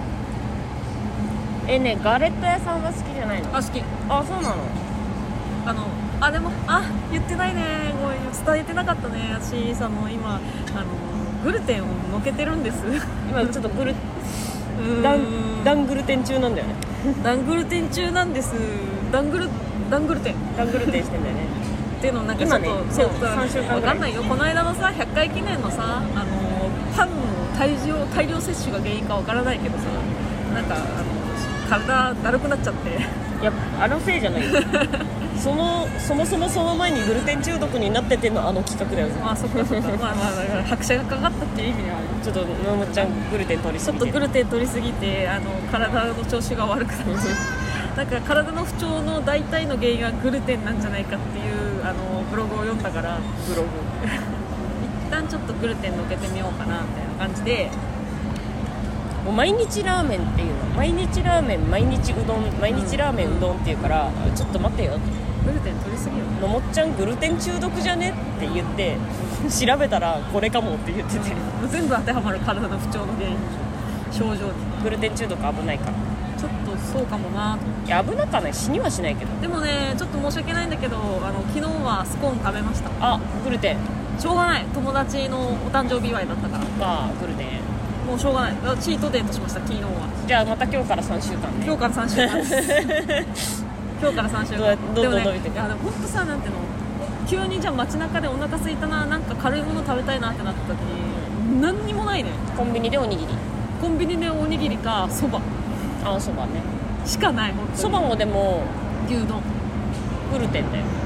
えね、ガレット屋さんは好きじゃないの？ ん、あ、好き。 あ、そうなの。 あのあでもあ言ってないね、ごめん、伝えてなかったね。私さ、もう今あのグルテンをのけてるんです。 今ちょっとグルうーんダンダングルテン中なんだよね。 ダングルテン中なんです。ダングルダングルテンダングルテンしてんだよね。 っていうのをなんかちょっと、 今ねそうそうさんしゅうかんわぐらいかんないよ。この間のさひゃっかい記念のさ、あのパンの大量大量摂取が原因かわからないけどさ、なんかあの体だるくなっちゃって。 いや、あのせいじゃないよ。そのそもそもその前にグルテン中毒になっててのあの企画だよね。 まあそっかそっか、まあまあだから拍車がかかったっていう意味ではある。 ちょっとのむちゃんグルテン取りすちょぎてっとグルテン取りすぎて、あの体の調子が悪くなってなんか体の不調の大体の原因はグルテンなんじゃないかっていうあのブログを読んだから、 ブログ一旦ちょっとグルテンのけてみようかなみたいな感じで。 もう毎日ラーメンっていうの、毎日ラーメン、毎日うどん、毎日ラーメン、うどんっていうから、ちょっと待ってよって、 グルテン取りすぎよ。 のもっちゃんグルテン中毒じゃねって言って調べたらこれかもって言ってて、 もう全部当てはまる体の不調の原因、症状に。 グルテン中毒危ないから。 ちょっとそうかもなと。 いや、危なかない、死にはしないけど。 でもね、ちょっと申し訳ないんだけど、あの昨日はスコーン食べました。 あ、グルテンしょうがない、友達のお誕生日祝いだったから、 か、グルテン。 もうしょうがない。チートデートしました昨日は。 じゃあまた今日からさんしゅうかんね。 今日からさんしゅうかんです今日からさんしゅうかん。 どうやどんどんでもね、 伸びてくいやでも本当さ、なんていうの、急にじゃあ街中でお腹空いたな、なんか軽いもの食べたいなってなった時に何にもないね。 コンビニでおにぎり。 コンビニでおにぎりかそばあ、そばね。 しかない。本当にそばもでも牛丼、 グルテンだよ。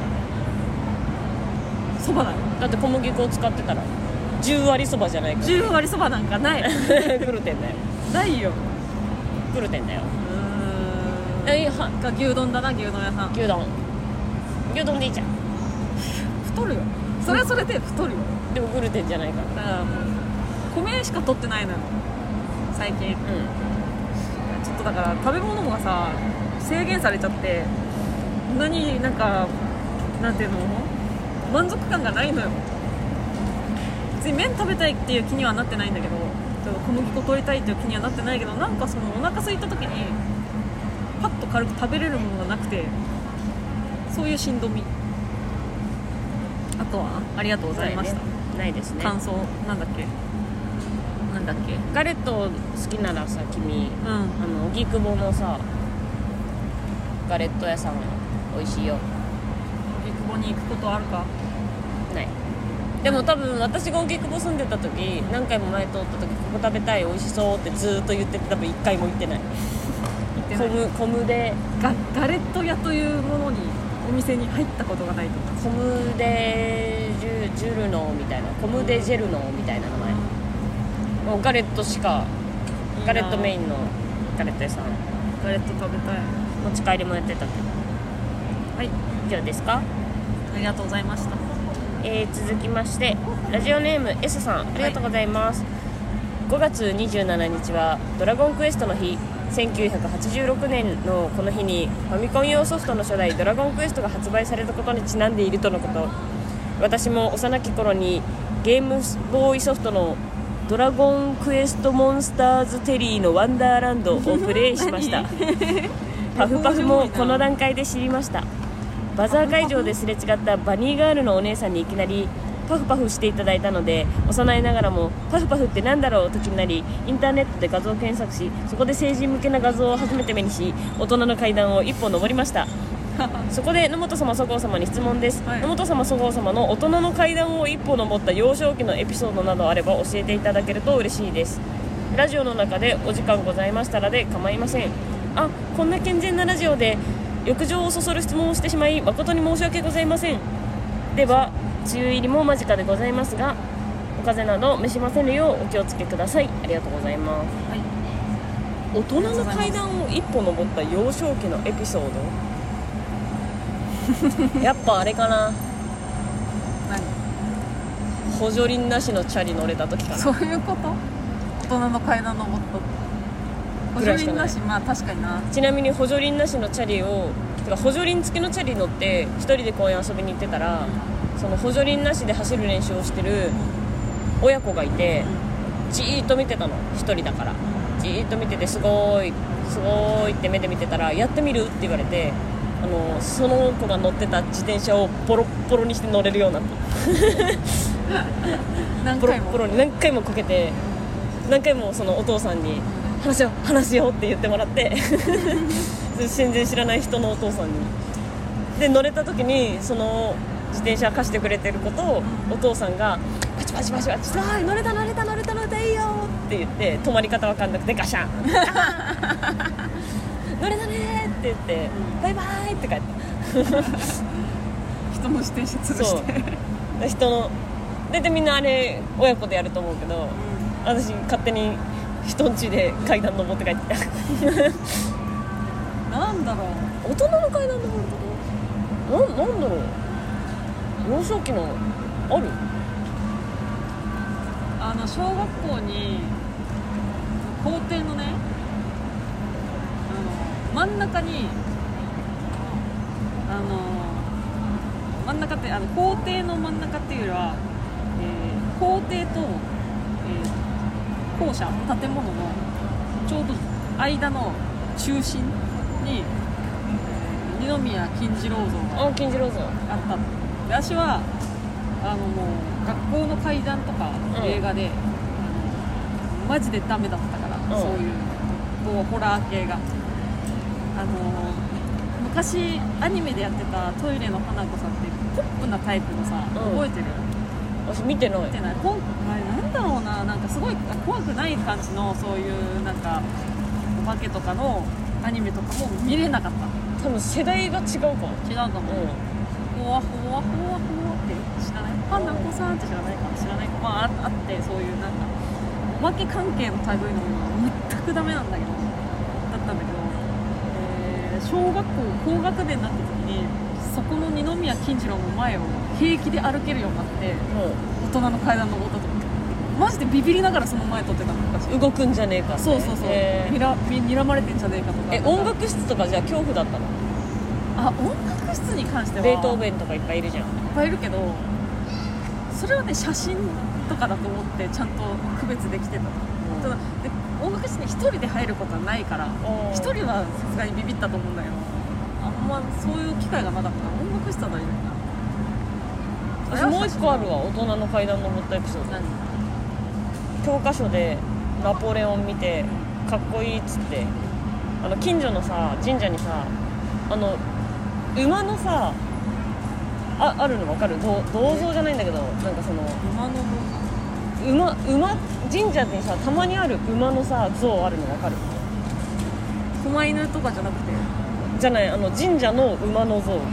そばだよ。 だって小麦粉を使ってたらじゅう割そばじゃないかじゅう割そばなんかないらグルテンだよ。 ないよ。 グルテンだよ。 うーんえ、はか牛丼だな、牛丼屋さん。 牛丼牛丼でいいじゃん。 太るよ。それはそれで太るよ。 でもグルテンじゃないから。 だからもう米しか取ってないのよ最近。 うちょっとだから食べ物がさ制限されちゃって、何なんかなんていうの、満足感がないのよ。別に麺食べたいっていう気にはなってないんだけど、ちょっと小麦粉取りたいっていう気にはなってないけど、なんかそのお腹空いた時にパッと軽く食べれるものがなくて、そういうしんどみ。あとはありがとうございました。 ないね。ないですね。 感想なんだっけなんだっけガレット好きならさ、君うん。 あの荻窪のさガレット屋さん美味しいよ。 荻窪に行くことあるか。 ない。でも多分私が荻窪住んでた時、何回も前通った時、ここ食べたい、美味しそうってずーっと言ってて、多分いっかいも行ってない。 行ってない。 コムコムでガ, ガレット屋というものにお店に入ったことがないと思う。 コムでじゅうジュルノーみたいな、コムデジェルノーみたいな名前。もうガレットしか、 いいなガレットメインのガレット屋さん、 ガレット食べたい。 持ち帰りもやってたけど。はい、以上ですか。 ありがとうございました。 えー、続きましてラジオネーム S さん、ありがとうございます、はい、ごがつにじゅうしちにちはドラゴンクエストの日。せんきゅうひゃくはちじゅうろくねんのこの日にファミコン用ソフトの初代ドラゴンクエストが発売されたことにちなんでいるとのこと。私も幼き頃にゲームボーイソフトのドラゴンクエストモンスターズテリーのワンダーランドをプレイしましたパフパフもこの段階で知りました。バザー会場ですれ違ったバニーガールのお姉さんにいきなりパフパフしていただいたので、幼いながらもパフパフってなんだろうと気になり、インターネットで画像を検索し、そこで成人向けな画像を初めて目にし、大人の階段を一歩登りましたそこで野本様、そごう様に質問です、はい、野本様、そごう様の大人の階段を一歩登った幼少期のエピソードなどあれば教えていただけると嬉しいです。ラジオの中でお時間ございましたらで構いません。あ、こんな健全なラジオで欲情をそそる質問をしてしまい誠に申し訳ございません。では梅雨入りも間近でございますが、お風邪など召しませぬようお気をつけください。ありがとうございます、はい、大人の階段を一歩登った幼少期のエピソードやっぱあれかな、 何、 補助輪なしのチャリ乗れた時かな。 そういうこと。大人の階段登った補助輪なし、まあ確かにな。 ちなみに補助輪なしのチャリをてか補助輪付きのチャリ乗って一人で公園遊びに行ってたら、うん、その補助輪なしで走る練習をしてる親子がいて、じーっと見てたの。一人だからじーっと見てて、すごいすごいって目で見てたら、やってみるって言われて、あのその子が乗ってた自転車をボロッボロにして乗れるようになったボロッボロに何回もこけて、何回もそのお父さんに話しよう話しようって言ってもらって全然知らない人のお父さんにで乗れた時に、その自転車貸してくれてることをお父さんがパチパチパチパチ、はい乗れた乗れた乗れた乗れたいいよって言って、止まり方わかんなくてガシャン乗れたねって言ってバイバイって帰った人の自転車潰して人の大体みんなあれ親子でやると思うけど、うん、私勝手に人ん家で階段登って帰ってきたなんだろう、 大人の階段登ること な, なんだろう幼少期のあるあの小学校に校庭のね、あの真ん中にあの真ん中ってあの校庭の真ん中っていうよりは、えー、校庭と、えー、校舎建物のちょうど間の中心に、えー、二宮金次郎像があ金次郎像あったので、私はあのもう学校の階段とか映画で、うん、あのマジでダメだったから、うん、そういうこうホラー系があの昔アニメでやってたトイレの花子さんってポップなタイプのさ、うん、覚えてる？ 私見てない見てないこんなんだろうな、なんかすごい怖くない感じのそういうなんかお化けとかのアニメとかも見れなかった。 多分世代が違うかも。 違うかも、うん、ほわほわほわほわって知らない？花子さんって知らないか知らないか、まあ、あってそういうなんかお化け関係の類のものは全くダメなんだけどだったんだけど、えー、小学校高学年になった時にそこの二宮金次郎の前を平気で歩けるようになって、うん、大人の階段登ったと思ってマジでビビりながらその前撮ってたの昔。 動くんじゃねえかって。 そうそうそう、えー、にら睨まれてんじゃねえかとか。 え音楽室とかじゃあ恐怖だったの？ あ音楽室に関してはベートーベンとかいっぱいいるじゃん。いっぱいいるけどそれはね写真とかだと思ってちゃんと区別できてた、うん、ただで音楽室に一人で入ることはないから一人はさすがにビビったと思うんだけど、あんまそういう機会がなかったから音楽室は大丈夫かな。 私もう一個あるわ、大人の階段登ったエピソード。 何？ 教科書でナポレオン見てかっこいいっつってあの近所のさ神社にさあの馬のさ あ, あるの分かる？銅像じゃないんだけどなんかその馬の馬馬神社にさたまにある馬のさ像あるの分かる？ 狛犬とかじゃなくて？ じゃない、あの神社の馬の像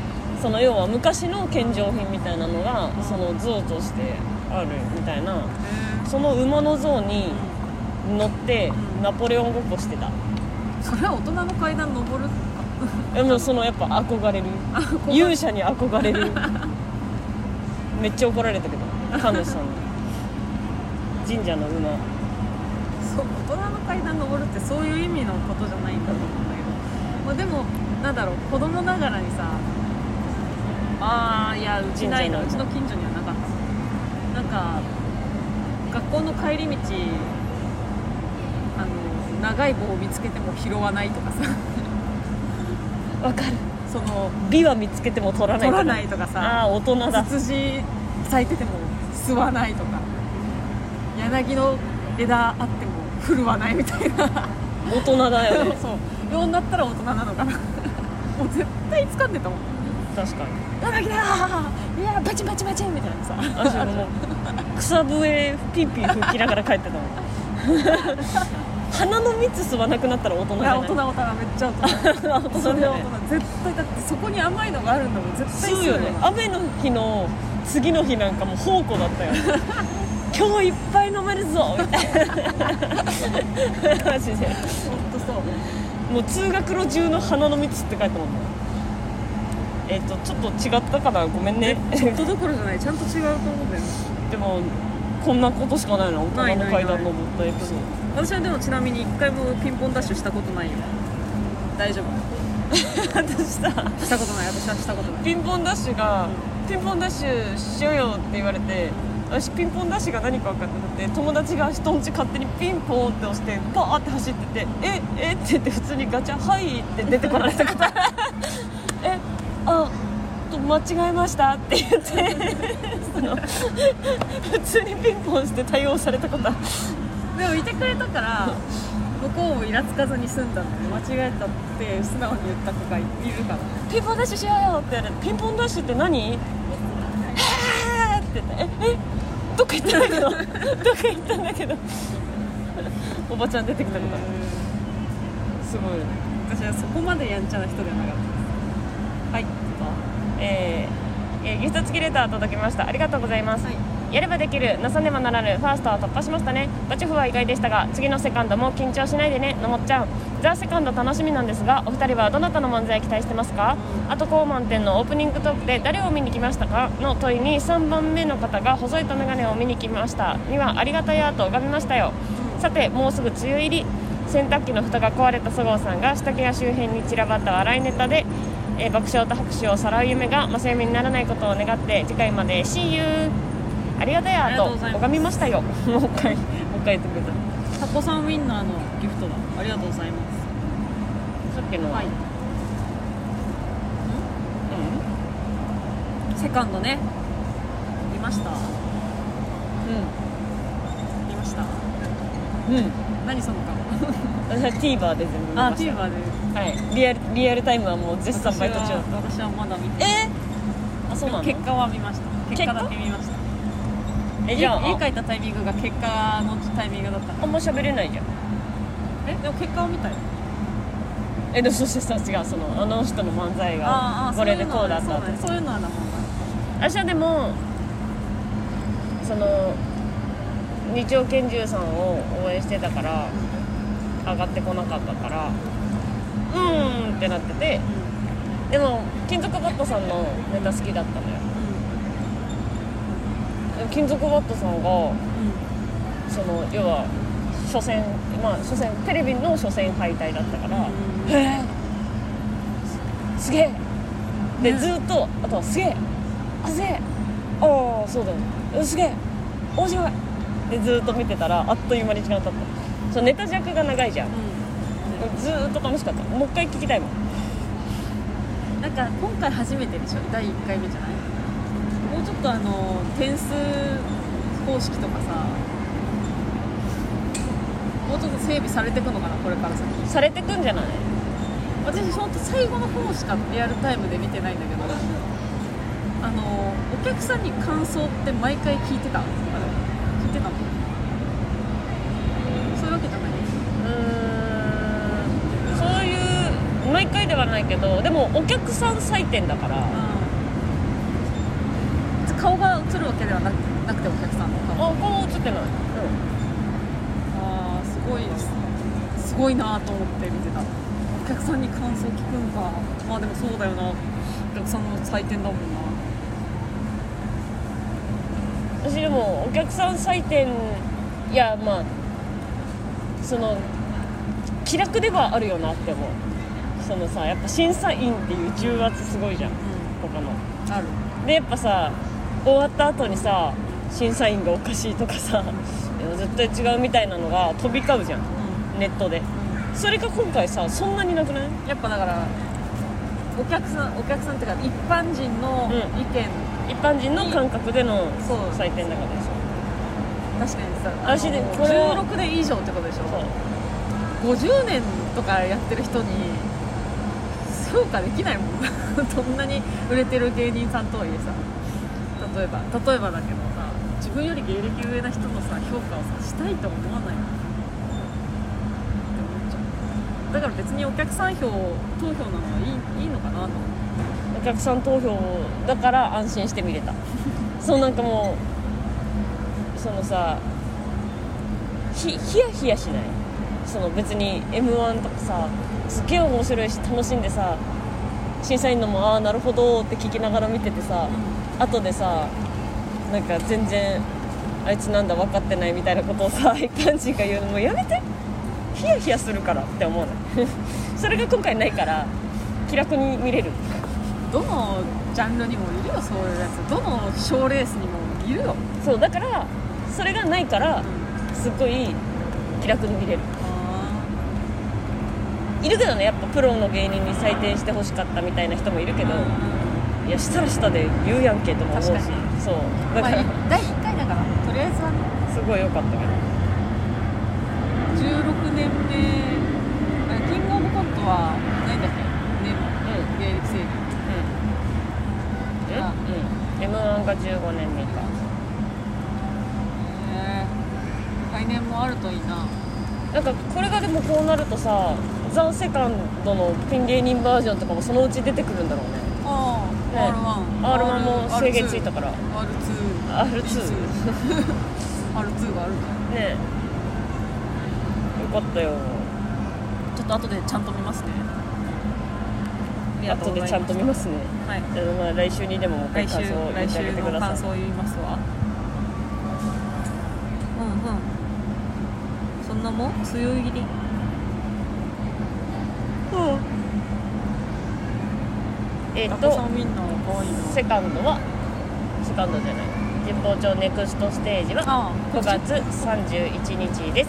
その要は昔の献上品みたいなのがその像としてあるみたいな、その馬の像に乗ってナポレオンごっこしてた。 それは大人の階段登るでもそのやっぱ憧れる勇者に憧れるめっちゃ怒られたけど神主さんに神社の馬そう大人の階段登るってそういう意味のことじゃないんだと思うんだけど、まあ、でもなんだろう子供ながらにさあーいやうちないな、うちの近所にはなかった。なんか学校の帰り道あの長い棒を見つけても拾わないとかさわかる。 その美は見つけても取らないとか取らないとかさ、 あー大人だ。 ツツジ咲いてても吸わないとか、柳の枝あっても振るわないみたいな大人だよねそうようになったら大人なのかなもう絶対掴んでたもん。 確かに柳だーいやバチバチバチみたいなさ私ももう草笛ピーピー吹きながら帰ってたもん鼻の蜜吸わなくなったら大人じゃない？ 大人大人めっちゃ大人大人だよね。 それは大人絶対だってそこに甘いのがあるんだもん絶対そうよね。雨の日の次の日なんかもう宝庫だったよ今日いっぱい飲めるぞみたいなマジで本当そうもう通学路中の花の蜜って書いてもんね。えっ、ー、とちょっと違ったかなごめんねちょっとどころじゃないちゃんと違うと思うんだよねでもこんなことしかないの大人の階段登ったエピソード。 私はでもちなみにいっかいもピンポンダッシュしたことないよ。大丈夫私さしたことない私はしたことない。 ピンポンダッシュがピンポンダッシュしようよって言われて私ピンポンダッシュが何か分かってなくて友達が人んち勝手にピンポンって押してバーって走っててええって言って普通にガチャはいって出てこられたことえあと間違えましたって言ってその普通にピンポンして対応されたこと。 でもいてくれたから向こうもイラつかずに済んだんだよ。間違えたって素直に言った子がいるからピンポンダッシュしようよって言われてピンポンダッシュって何へーって言ってええどっか行ったんだけどどっか行ったんだけどおばちゃん出てきたのかな。すごい私はそこまでやんちゃな人ではなかったです。はいえーえー、ギフト付きレター届きました。ありがとうございます、はい、やればできるなさねばならぬファーストは突破しましたね。バチフは意外でしたが次のセカンドも緊張しないでねのもっちゃん。ザ・セカンド楽しみなんですがお二人はどなたの漫才期待してますか？あと高満点のオープニングトークで誰を見に来ましたかの問いにさんばんめの方が細いとメガネを見に来ましたにはありがたやと拝みましたよ。さてもうすぐ梅雨入り洗濯機の蓋が壊れたそごうさんが下着や周辺に散らばった笑いネタでえー、爆笑と拍手をさらう夢が正夢にならないことを願って次回まで See you ありがとうやと拝みましたよもう一回もう一回言ってくれた。 タコさんウィンナーのギフトだ。ありがとうございます。 さっきのは、はい、 うん、セカンドね見ました。うん見ました。 うん何その顔私は TVer で全部見ました。 あ TVer ではい、リアル、リアルタイムはもう絶賛バイト中。 私はまだ見てえー、あ、そうなの？ 結果は見ました。結果だけ見ました。えじゃあ家帰ったタイミングが結果のタイミングだったからあんま喋れないじゃん。 えでも結果を見たよ。 えでもそしてさ違うそのあの人の漫才がこれでこうだったって。 そういうのはだもん。 私はでもその日曜拳銃さんを応援してたから上がってこなかったからうーんってなってて、うん、でも金属バットさんのネタ好きだったのよ、うん、でも金属バットさんが、うん、その要は初戦まあ初戦テレビの初戦敗退だったから、うん、へえすげえで、うん、ずっとあとはすげえあすげえああそうだよねすげえ面白いでずっと見てたらあっという間に時間経った。そのネタ尺が長いじゃん、うん、ずっと楽しかった。もう一回聞きたいもん。 なんか今回初めてでしょだいいっかいめじゃない？もうちょっとあの点数方式とかさもうちょっと整備されてくのかなこれから先。 されてくんじゃない？ 私ほんと最後の方しかリアルタイムで見てないんだけどあのお客さんに感想って毎回聞いてた？あれ聞いてたの？そういうわけじゃない？ うーんそういう毎回ではないけどでもお客さん採点だから、 顔が映るわけではなくなくてお客さんの顔あ、顔映ってない。 あーすごいですすごいなと思って見てた。お客さんに感想聞くんか。まあでもそうだよな、お客さんの採点だもんな。 私でもお客さん採点、いやまあその気楽ではあるよなって思う。そのさ、やっぱ審査員っていう重圧すごいじゃん、 うん、 他のある。 でやっぱさ、終わった後にさ、審査員がおかしいとかさ、いや絶対違うみたいなのが飛び交うじゃん、 うん、 ネットで。それが今回さ、そんなになくない？ やっぱだからお客さんお客さんっていうか一般人の意見、 うん、一般人の感覚でのそう採点だからでしょ。 確かにさ、 私でこれはじゅうろくねん以上ってことでしょ。 そうごじゅうねんとかやってる人に評価できないもんどんなに売れてる芸人さんとはいえさ、例えば例えばだけどさ、自分より芸歴上な人のさ評価をさしたいと思わないのって思っちゃう。だから別にお客さん票投票なのはいい、いいのかなと思って。 お客さん投票だから安心して見れたそう、なんかもうそのさ、ひヒヤヒヤしない？その別に エムワン とかさ、すっげえ面白いし楽しんでさ、審査員のもああなるほどって聞きながら見ててさ、後でさ、なんか全然あいつなんだ分かってないみたいなことをさ、一般人が言うのもやめて、ヒヤヒヤするからって思わないそれが今回ないから気楽に見れる。 どのジャンルにもいるよ、そういうやつ。どの賞レースにもいるよ。 そうだからそれがないからすっごい気楽に見れる。いるけどね、やっぱプロの芸人に採点してほしかったみたいな人もいるけど、いやしたらしたで言うやんけとも思うし、 確かにそうだから、 まあ、だいいっかいだからとりあえずはね。 すごい良かったけど。 じゅうろくねんめ、あキングオブコントは何だっけ、年、うん、芸歴制限、 うんうん、エムワン がじゅうごねんめか。 へえ、来年もあるといいな。 なんかこれがでもこうなるとさ、ザ・セカンドのピン芸人バージョンとかもそのうち出てくるんだろうね。 ああ、 ねアールワンアールワン も制限ついたからアールツーアールツーアールツー があるからねえ、よかったよ。 ちょっと後でちゃんと見ますね。ありがとう後でちゃんと見ますね。 はい、 じゃあまあ来週にでももう一回来週感想を言ってあげてください。 来週の感想を言いますわ。うんうん、そんなもん強い切り。 うん、えっ、 タとコさんウインナーが可愛いな。 セカンドはセカンドじゃない神保町ネクストステージはああごがつさんじゅういちにちです。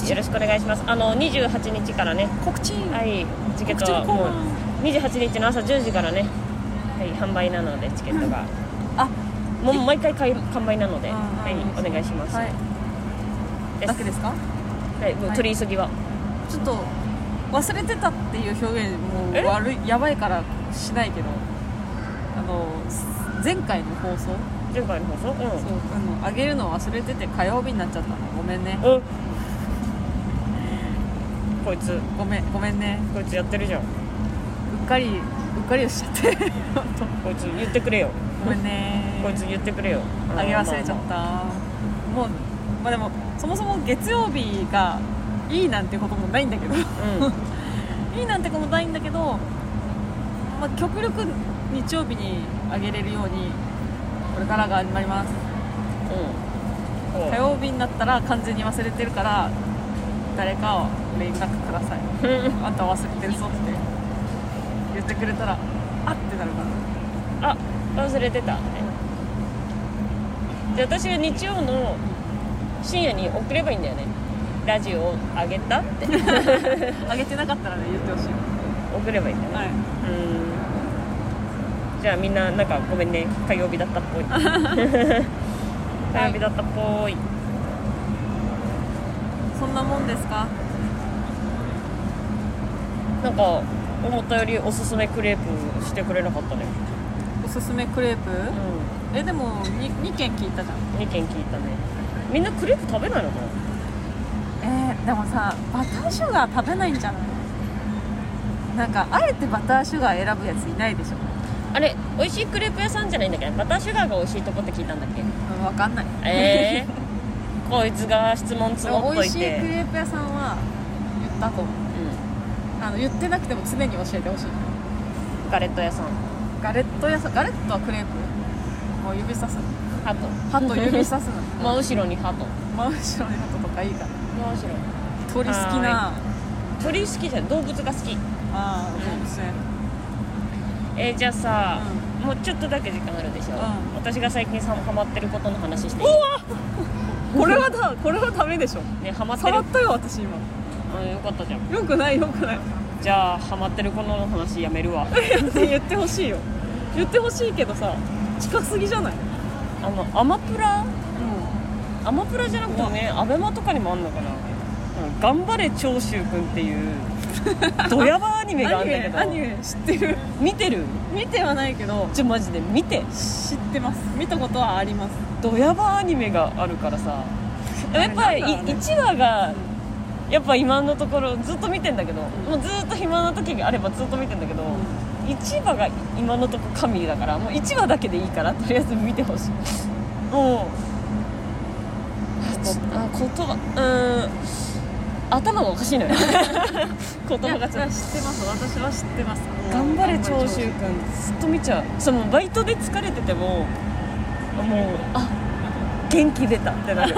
よろしくお願いします。あのにじゅうはちにちからね、 告知、 はい、チケットはもうにじゅうはちにちの朝じゅうじからね、はい、販売なのでチケットが、 あ、 もう毎回買い完売なので、 うんうんはい、お願いします、 はい、 ですだけですか。 はい、もう取り急ぎは、 ちょっと忘れてたっていう表現もえう悪い、やばいからしないけど、あの前回の放送、 前回の放送、うん、 そう、あの上げるの忘れてて火曜日になっちゃったの、ごめんね。 うん、こいつごめんごめんね。 こいつやってるじゃん。 うっかりうっかりをしちゃってこいつ言ってくれよ。 ごめんね。 こいつ言ってくれよ。 あげ忘れちゃった。もう、まあ、でもそもそも月曜日がいいなんてこともないんだけど、 うんいいなんてこともないんだけど、まあ、極力日曜日にあげれるようにこれからが始まります。 うん、 火曜日になったら完全に忘れてるから誰かを連絡くださいあんた忘れてるぞって言ってくれたらあってなるかあ、忘れてた。じゃあ私は日曜の深夜に送ればいいんだよね。ラジオあげたってらあげてなかったらね、言ってほしい。 送ればいいんだよね、 はい、 うん。じゃあみんななんかごめんね、火曜日だったっぽい火曜日だったっぽい。 そんなもんですか。 なんか思ったよりおすすめクレープしてくれなかったね。 おすすめクレープ、 うえでも に, にけん聞いたじゃん。 ん、にけん聞いたね。みんなクレープ食べないのかな。 えー、でもさ、バターシュガー食べないんじゃない。なんかあえてバターシュガー選ぶやついないでしょ。 あれ美味しいクレープ屋さんじゃないんだっけど、バターシュガーが美味しいとこって聞いたんだっけ。 分かんない。 えー、こいつが質問積もっといて。 美味しいクレープ屋さんは言ったと思う、うん、あの言ってなくても常に教えてほしい。 ガレット屋さん。 ガレット屋さん、ガレットはクレープ、もう指さすの。 ハトハト指さすの。 真後ろにハト、 真後ろにハトとかいいから。 真後ろ鳥好きな。 鳥好きじゃん、動物が好き。 ああ、動物園。 えー、じゃあさ、 うん、 もうちょっとだけ時間あるでしょ、うん、私が最近さハマってることの話していい？ うわこれはだ、これはダメでしょ、 ね、ハマってる。 触ったよ私今。 あ、よかったじゃん。 よくないよくない。 じゃあハマってることの話やめるわ言ってほしいよ。言ってほしいけどさ、近すぎじゃない？ あのアマプラ、 うん、 アマプラじゃなくてもね、アベマとかにもあんのかな。頑張れ長州くんっていうドヤバアニメがあるんだけど。 アニメ、アニメ知ってる。 見てる？ 見てはないけど、 ちょマジで見て。 知ってます。見たことはあります。 ドヤバアニメがあるからさ、やっぱりいちわがやっぱ今のところずっと見てんだけど、もうずっと暇な時があればずっと見てんだけど、いちわが今のところ神だから、もういちわだけでいいからとりあえず見てほしい。もうあ言葉、うーん、頭がおかしいのよ言葉がちょっと。知ってます、私は知ってます。頑張れ長州くんずっと見ちゃう。そのバイトで疲れててももうあ元気出たってなる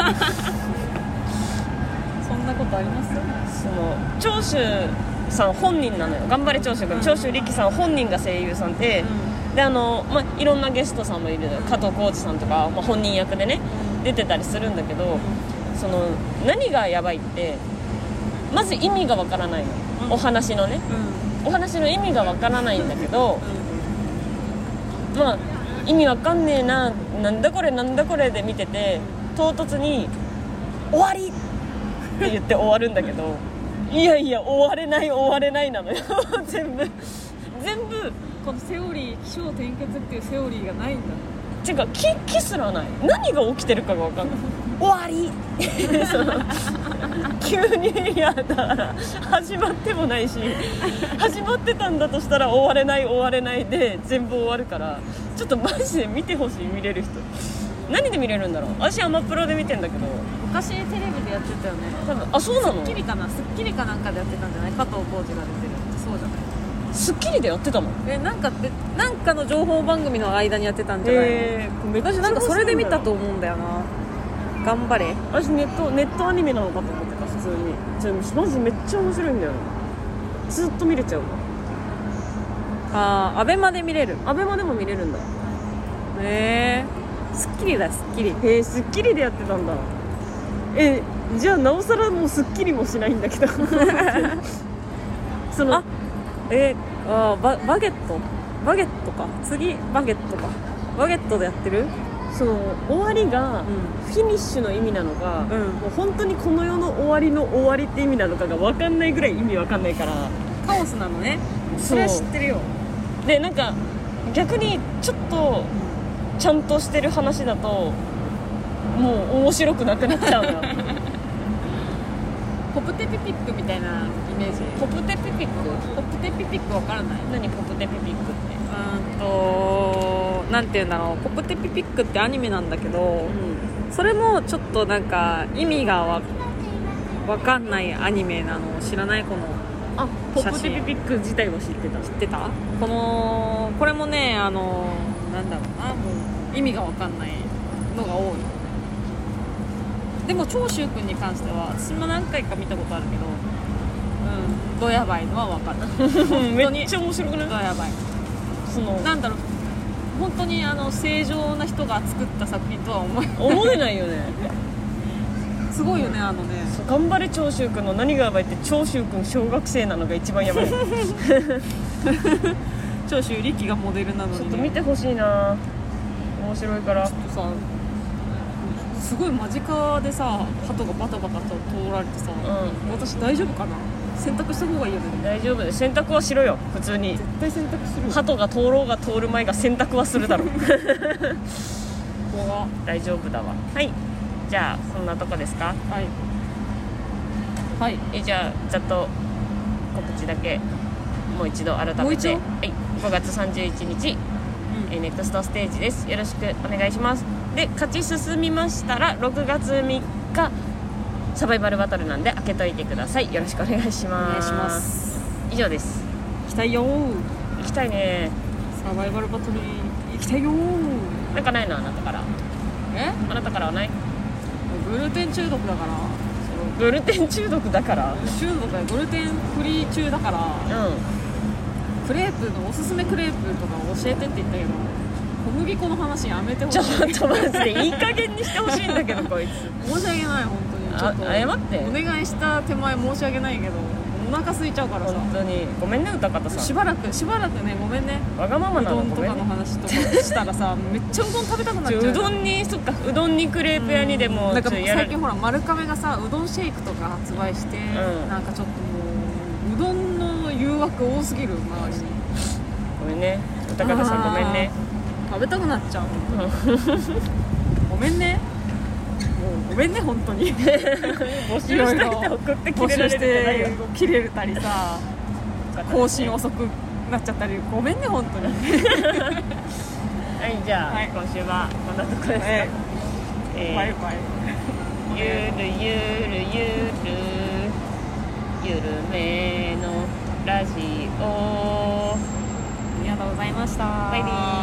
そんなことあります？ その長州さん本人なのよ。頑張れ長州くん、うん、長州力さん本人が声優さんで、うん、であの、まあ、いろんなゲストさんもいるのよ。加藤浩次さんとか、まあ、本人役でね、うん、出てたりするんだけど、その何がやばいってまず意味がわからないの、うん、お話のね、うん、お話の意味がわからないんだけど、うん、まあ意味わかんねえな、なんだこれなんだこれで見てて、唐突に終わりって言って終わるんだけどいやいや終われない終われないなのよ全部全部このセオリー、起承転結っていうセオリーがないんだ。 てか気気すらない。何が起きてるかが分かんない終わりその急にいやだから始まってもないし、始まってたんだとしたら終われない終われないで全部終わるから、ちょっとマジで見てほしい。見れる人何で見れるんだろう。私アマプロで見てんだけど、 昔テレビでやってたよね多分。あ、そうなの？ スッキリかな、スッキリかなんかでやってたんじゃない？加藤浩次が出てるって。そうじゃない？ スッキリでやってたの？ え、なんかでなんかの情報番組の間にやってたんじゃないの？えー、私なんかそれで見たと思うんだよな。頑張れ。 私ネットネットアニメなのかと思ってた普通に。じゃマジめっちゃ面白いんだよ。ずっと見れちゃう。 あー、アベマで見れる。 アベマでも見れるんだ。 へえー、スッキリだ、スッキリ。 へえ、スッキリでやってたんだ。え、じゃあなおさらもうスッキリもしないんだけどそのあえー、あババゲットバゲットか、次バゲットか、バゲットでやってる。 その終わりがフィニッシュの意味なのか、うん、もう本当にこの世の終わりの終わりって意味なのかが分かんないぐらい意味分かんないから。 カオスなのね。それは知ってるよ。 でなんか逆にちょっとちゃんとしてる話だともう面白くなくなっちゃうのポプテピピックみたいなイメージ。 ポプテピピックポプテピピックわからない？ 何ポプテピピックって？ うんとなんて言うんだろう。ポプテピピックってアニメなんだけど、うん、それもちょっとなんか意味がわわかんないアニメなの知らない？このあ、ポプテピピック自体は知ってた。 知ってた？このこれもね、あのなんだろうな、もう意味がわかんないのが多い。でも長州くんに関しては私も何回か見たことあるけど、うん、どやばいのはわかるめっちゃ面白くない？ どやばい。 そのなんだろう、本当にあの正常な人が作った作品とは思え思えないよねすごいよね、あのね。 頑張れ長州くんの何がやばいって、長州くん小学生なのが一番やばい長州力がモデルなのに、ね、 ちょっと見てほしいな、面白いから。 ちょっとさ、すごい間近でさ、鳩がバタバタと通られてさ、うん、私大丈夫かな。洗濯した方がいいよね。 大丈夫で、洗濯はしろよ普通に。 絶対洗濯するよ。 鳩が通ろうが通る前が洗濯はするだろう大丈夫だわ。はい、じゃあそんなとこですか。 はい、はい、 えじゃあざっと告知だけもう一度改めて。はい、ごがつさんじゅういちにちえー、ネクストステージです。よろしくお願いします。で勝ち進みましたらろくがつみっかサバイバルバトルなんで開けといてください。よろしくお願いします。 お願いします。 以上です。 行きたいよー。 行きたいね。 サバイバルバトル行きたいよー。 なんかないのあなたから。 えあなたからはない。 グルテン中毒だから。 グルテン中毒だから中毒だよ。グルテンフリー中だから、 うんクレープのおすすめクレープとか教えてって言ったけど小麦粉の話やめてほしい。 ちょっと待っていい加減にしてほしいんだけどこいつ申し訳ない本当に。ちょっと謝ってお願いした手前申し訳ないけどお腹空いちゃうからさ。 本当にごめんね歌方さん。 しばらくしばらくねごめんね。 わがままなのうどんとかの話とかしたらさめっちゃうどん食べたくなっちゃう。 うどんにそっかうどんにクレープ屋にでもなんかちょっとやら最近ほら丸亀がさうどんシェイクとか発売して、 うんなんかちょっともううどんの誘惑多すぎる周りに。 ごめんね歌方さんごめんね。 食べたくなっちゃうごめんねもうごめんね本当に募集してきて送って切れられてないよ。 切れたりさ更新遅くなっちゃったりごめんね本当にはいじゃあ、 はい今週はこんなとこですか、 はいえーバイバイ。 ゆるゆるゆるゆるめのラジオ。 ありがとうございました。 バイビー。